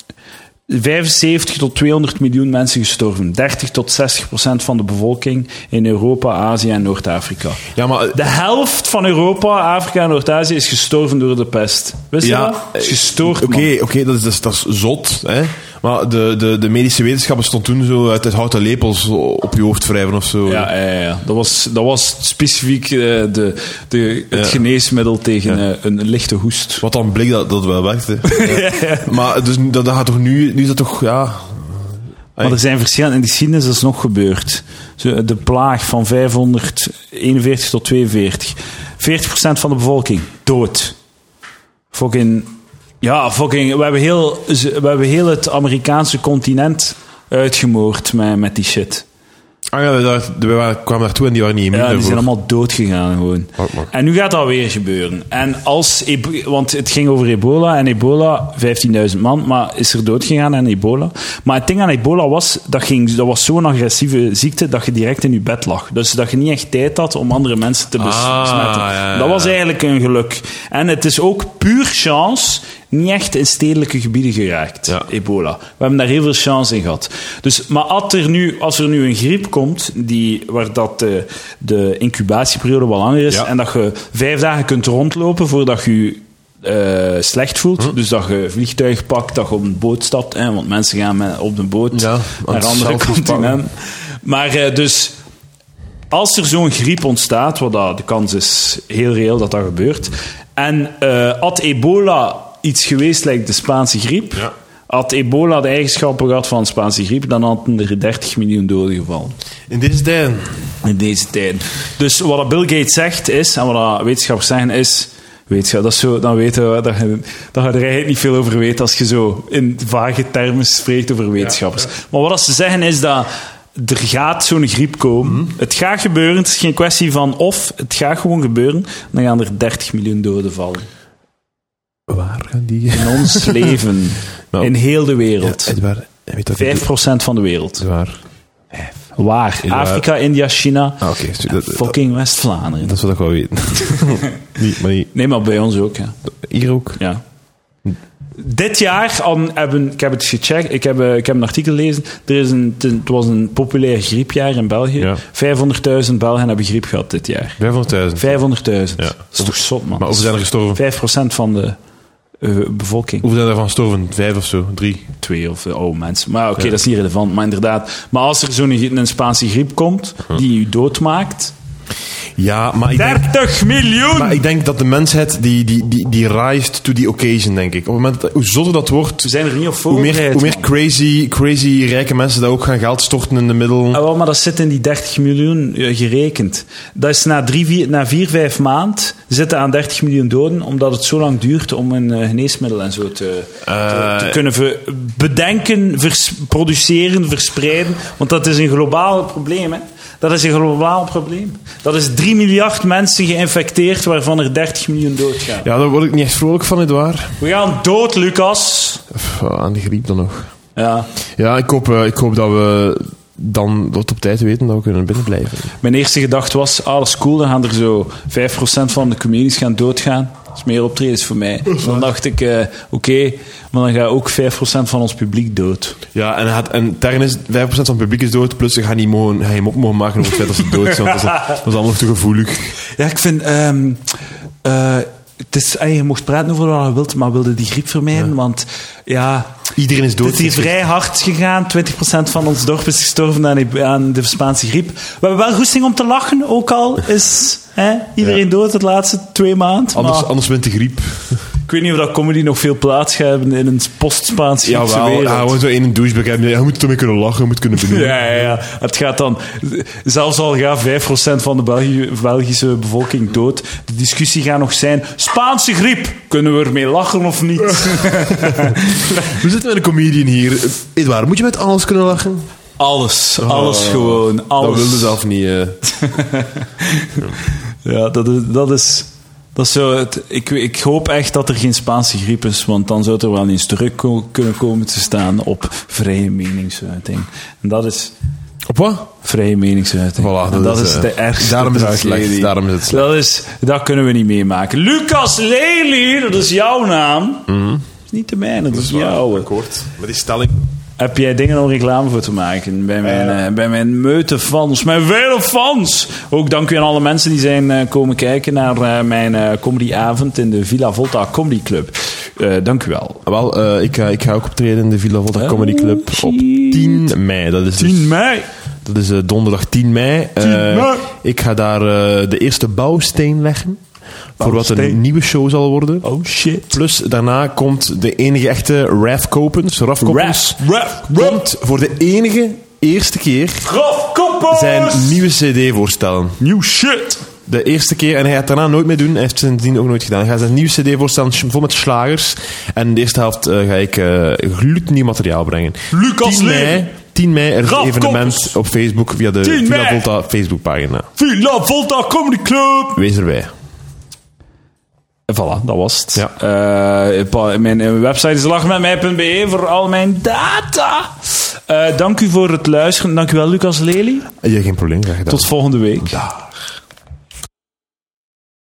S1: vijfenzeventig tot tweehonderd miljoen mensen gestorven. dertig tot zestig procent van de bevolking in Europa, Azië en Noord-Afrika.
S2: Ja, maar...
S1: De helft van Europa, Afrika en Noord-Azië is gestorven door de pest. Wist
S2: ja,
S1: je dat? Is gestoord,
S2: Oké, okay, okay, dat, is, dat is zot, hè. Maar de, de, de medische wetenschappen stond toen zo uit het houten lepels op je hoofd wrijven of zo.
S1: Ja, ja, ja. Dat, was, dat was specifiek uh, de, de, het
S2: ja.
S1: geneesmiddel tegen
S2: ja.
S1: uh, een lichte hoest.
S2: Wat dan bleek dat dat wel werkte. ja. Ja. Maar dus, dat, dat gaat toch nu... Nu is dat toch... Ja...
S1: Maar er zijn verschillen. In de geschiedenis is nog gebeurd. Zo, de plaag van vijfhonderdeenenveertig tot tweeënveertig. veertig procent van de bevolking dood. Fucking... Ja, fucking... We hebben heel, we hebben heel het Amerikaanse continent uitgemoord met, met die shit.
S2: Ah ja, we, we, we kwamen naartoe en die waren niet immuun.
S1: Ja, die zijn
S2: daarvoor.
S1: allemaal dood gegaan gewoon.
S2: Oh,
S1: en nu gaat dat weer gebeuren. En als... Want het ging over ebola. En ebola, vijftienduizend man, maar is er dood gegaan aan ebola. Maar het ding aan ebola was, dat, ging, dat was zo'n agressieve ziekte dat je direct in je bed lag. Dus dat je niet echt tijd had om andere mensen te besmetten.
S2: Ah, ja, ja, ja.
S1: Dat was eigenlijk een geluk. En het is ook puur chance... niet echt in stedelijke gebieden geraakt, ja. ebola. We hebben daar heel veel chance in gehad. Dus, maar als er nu, als er nu een griep komt, die, waar dat de, de incubatieperiode wat langer is, ja. en dat je vijf dagen kunt rondlopen voordat je uh, slecht voelt, hm. dus dat je vliegtuig pakt, dat je op een boot stapt, hè, want mensen gaan met, op de boot
S2: ja,
S1: naar andere continenten. Maar uh, dus... Als er zo'n griep ontstaat, wat dat, de kans is heel reëel dat dat gebeurt, en uh, had ebola iets geweest lijkt de Spaanse griep, ja. had ebola de eigenschappen gehad van de Spaanse griep, dan hadden er dertig miljoen doden gevallen.
S2: In deze tijd?
S1: In deze tijd. Dus wat Bill Gates zegt is, en wat wetenschappers zeggen is, wetenschap, dat is zo, dan weten we dat je, dat je er eigenlijk niet veel over weet als je zo in vage termen spreekt over wetenschappers. Ja, ja. Maar wat ze zeggen is dat er gaat zo'n griep komen. Mm-hmm. Het gaat gebeuren. Het is geen kwestie van of. Het gaat gewoon gebeuren. Dan gaan er dertig miljoen doden vallen.
S2: Waar gaan die?
S1: In ons leven. Nou, in heel de wereld.
S2: Ja, waar, weet dat
S1: vijf procent van de wereld.
S2: Waar?
S1: Waar? Afrika, waar? India, China.
S2: Ah, okay.
S1: en fucking dat, West-Vlaanderen.
S2: Dat is wat ik wel weten. niet, maar niet.
S1: Nee, maar bij ons ook. Ja.
S2: Hier ook?
S1: Ja. Dit jaar, al hebben, ik heb het gecheckt, ik heb, ik heb een artikel gelezen. Er is een, het was een populair griepjaar in België. Ja. vijfhonderdduizend Belgen hebben griep gehad dit jaar.
S2: vijfhonderdduizend?
S1: vijfhonderdduizend.
S2: Ja.
S1: Dat is toch zot, man.
S2: Maar hoeveel zijn er gestorven?
S1: vijf procent van de uh, bevolking.
S2: Hoeveel zijn er van gestorven? Vijf of zo? Drie?
S1: Twee of oh mensen. Maar oké, okay, ja. dat is niet relevant. Maar inderdaad. Maar als er zo'n een Spaanse griep komt, huh. die je doodmaakt...
S2: Ja, maar ik
S1: dertig
S2: denk,
S1: miljoen!
S2: Maar ik denk dat de mensheid, die, die, die, die rised to the occasion, denk ik. Op het moment dat, hoe zotter dat wordt...
S1: We zijn er niet op
S2: hoe meer, hoe meer crazy, crazy rijke mensen dat ook gaan geld storten in de middel.
S1: Ah, wel, maar dat zit in die dertig miljoen uh, gerekend. Dat is na, drie, vier, na vier, vijf maand zitten aan dertig miljoen doden, omdat het zo lang duurt om een uh, geneesmiddel en zo te, uh, te, te kunnen ver, bedenken, vers, produceren, verspreiden. Want dat is een globaal probleem, hè. Dat is een globaal probleem. Dat is drie miljard mensen geïnfecteerd, waarvan er dertig miljoen doodgaan.
S2: Ja, daar word ik niet echt vrolijk van, Edouard.
S1: We gaan dood, Lucas.
S2: Pff, aan de griep dan nog.
S1: Ja.
S2: Ja, ik hoop, uh, ik hoop dat we dan tot op tijd weten dat we kunnen binnenblijven.
S1: Mijn eerste gedachte was, ah, dat is cool, dan gaan er zo vijf procent van de comedies gaan doodgaan. Dat is meer optredens voor mij. Dan dacht ik, uh, oké, okay, maar dan gaat ook vijf procent van ons publiek dood.
S2: Ja, en, het, en daarin is vijf procent van het publiek is dood, plus ze gaan niet mogen, ga je hem op mogen maken over het feit dat ze dood zijn. Dat is, dat is allemaal nog te gevoelig.
S1: Ja, ik vind... Um, uh, het is, je mocht praten over wat je wilt, maar wilde die griep vermijden, ja. Want ja...
S2: Iedereen is dood.
S1: Het is hier vrij hard gegaan. twintig procent van ons dorp is gestorven aan, die, aan de Spaanse griep. We hebben wel goesting om te lachen, ook al is hè, iedereen ja. dood de laatste twee maanden.
S2: Anders,
S1: maar...
S2: anders wint de griep.
S1: Ik weet niet of dat comedy nog veel plaats gaat hebben in een post-Spaans Griekse
S2: ja,
S1: wereld. Ja,
S2: gewoon zo in een douchebag hebben. Ja, je moet ermee kunnen lachen, je moet kunnen benoemen.
S1: Ja, ja, ja. Het gaat dan... Zelfs al gaat vijf procent van de Belgi- Belgische bevolking dood. De discussie gaat nog zijn... Spaanse griep, kunnen we ermee lachen of niet?
S2: We zitten met een comedian hier. Edouard, moet je met alles kunnen lachen?
S1: Alles, alles oh, gewoon. Alles.
S2: Dat wilde zelf niet. Uh.
S1: Ja, dat is... Dat is Dat is zo het, ik, ik hoop echt dat er geen Spaanse griep is, want dan zou er wel eens terug ko- kunnen komen te staan op vrije meningsuiting. En dat is...
S2: Op wat?
S1: Vrije meningsuiting.
S2: Voilà,
S1: dat, dat is,
S2: is
S1: de ergste
S2: daarom is het slecht. Daarom is het slecht.
S1: Dat, is, dat kunnen we niet meemaken. Lucas Lely, dat is jouw naam.
S2: Mm-hmm.
S1: Dat is niet de mijne, dat, dat is jouw.
S2: Akkoord. Met die stelling.
S1: Heb jij dingen om reclame voor te maken bij mijn, uh, bij mijn meute fans, mijn vele fans? Ook dank u aan alle mensen die zijn uh, komen kijken naar uh, mijn uh, comedyavond in de Villa Volta Comedy Club. Uh, dank u wel.
S2: Wel, uh, ik, uh, ik ga ook optreden in de Villa Volta oh, Comedy Club shit. op tien mei. Dat is
S1: tien
S2: dus,
S1: mei?
S2: Dat is uh, donderdag tien mei.
S1: tien mei. Uh,
S2: ik ga daar uh, de eerste bouwsteen leggen. Voor wat een nieuwe show zal worden.
S1: Oh shit.
S2: Plus daarna komt de enige echte Raf Kopens. Raf Kopens
S1: Raf,
S2: komt voor de enige eerste keer
S1: Raf Kopens
S2: zijn nieuwe cd voorstellen.
S1: New shit.
S2: De eerste keer, en hij gaat het daarna nooit meer doen. Hij heeft het sindsdien ook nooit gedaan. Hij gaat zijn nieuwe cd voorstellen, vol met slagers. En de eerste helft uh, ga ik uh, gloednieuw materiaal brengen.
S1: Lucas
S2: tien mei, tien mei, er is een evenement Kopens. Op Facebook via de Villa Volta Facebookpagina.
S1: Villa Volta Comedy Club.
S2: Wees erbij.
S1: Voilà, dat was het.
S2: Ja.
S1: Uh, mijn website is lachmetmij punt b e voor al mijn data. Uh, dank u voor het luisteren. Dank u wel, Lucas Lely.
S2: Ja, geen probleem. Graag gedaan.
S1: Tot volgende week.
S2: Dag.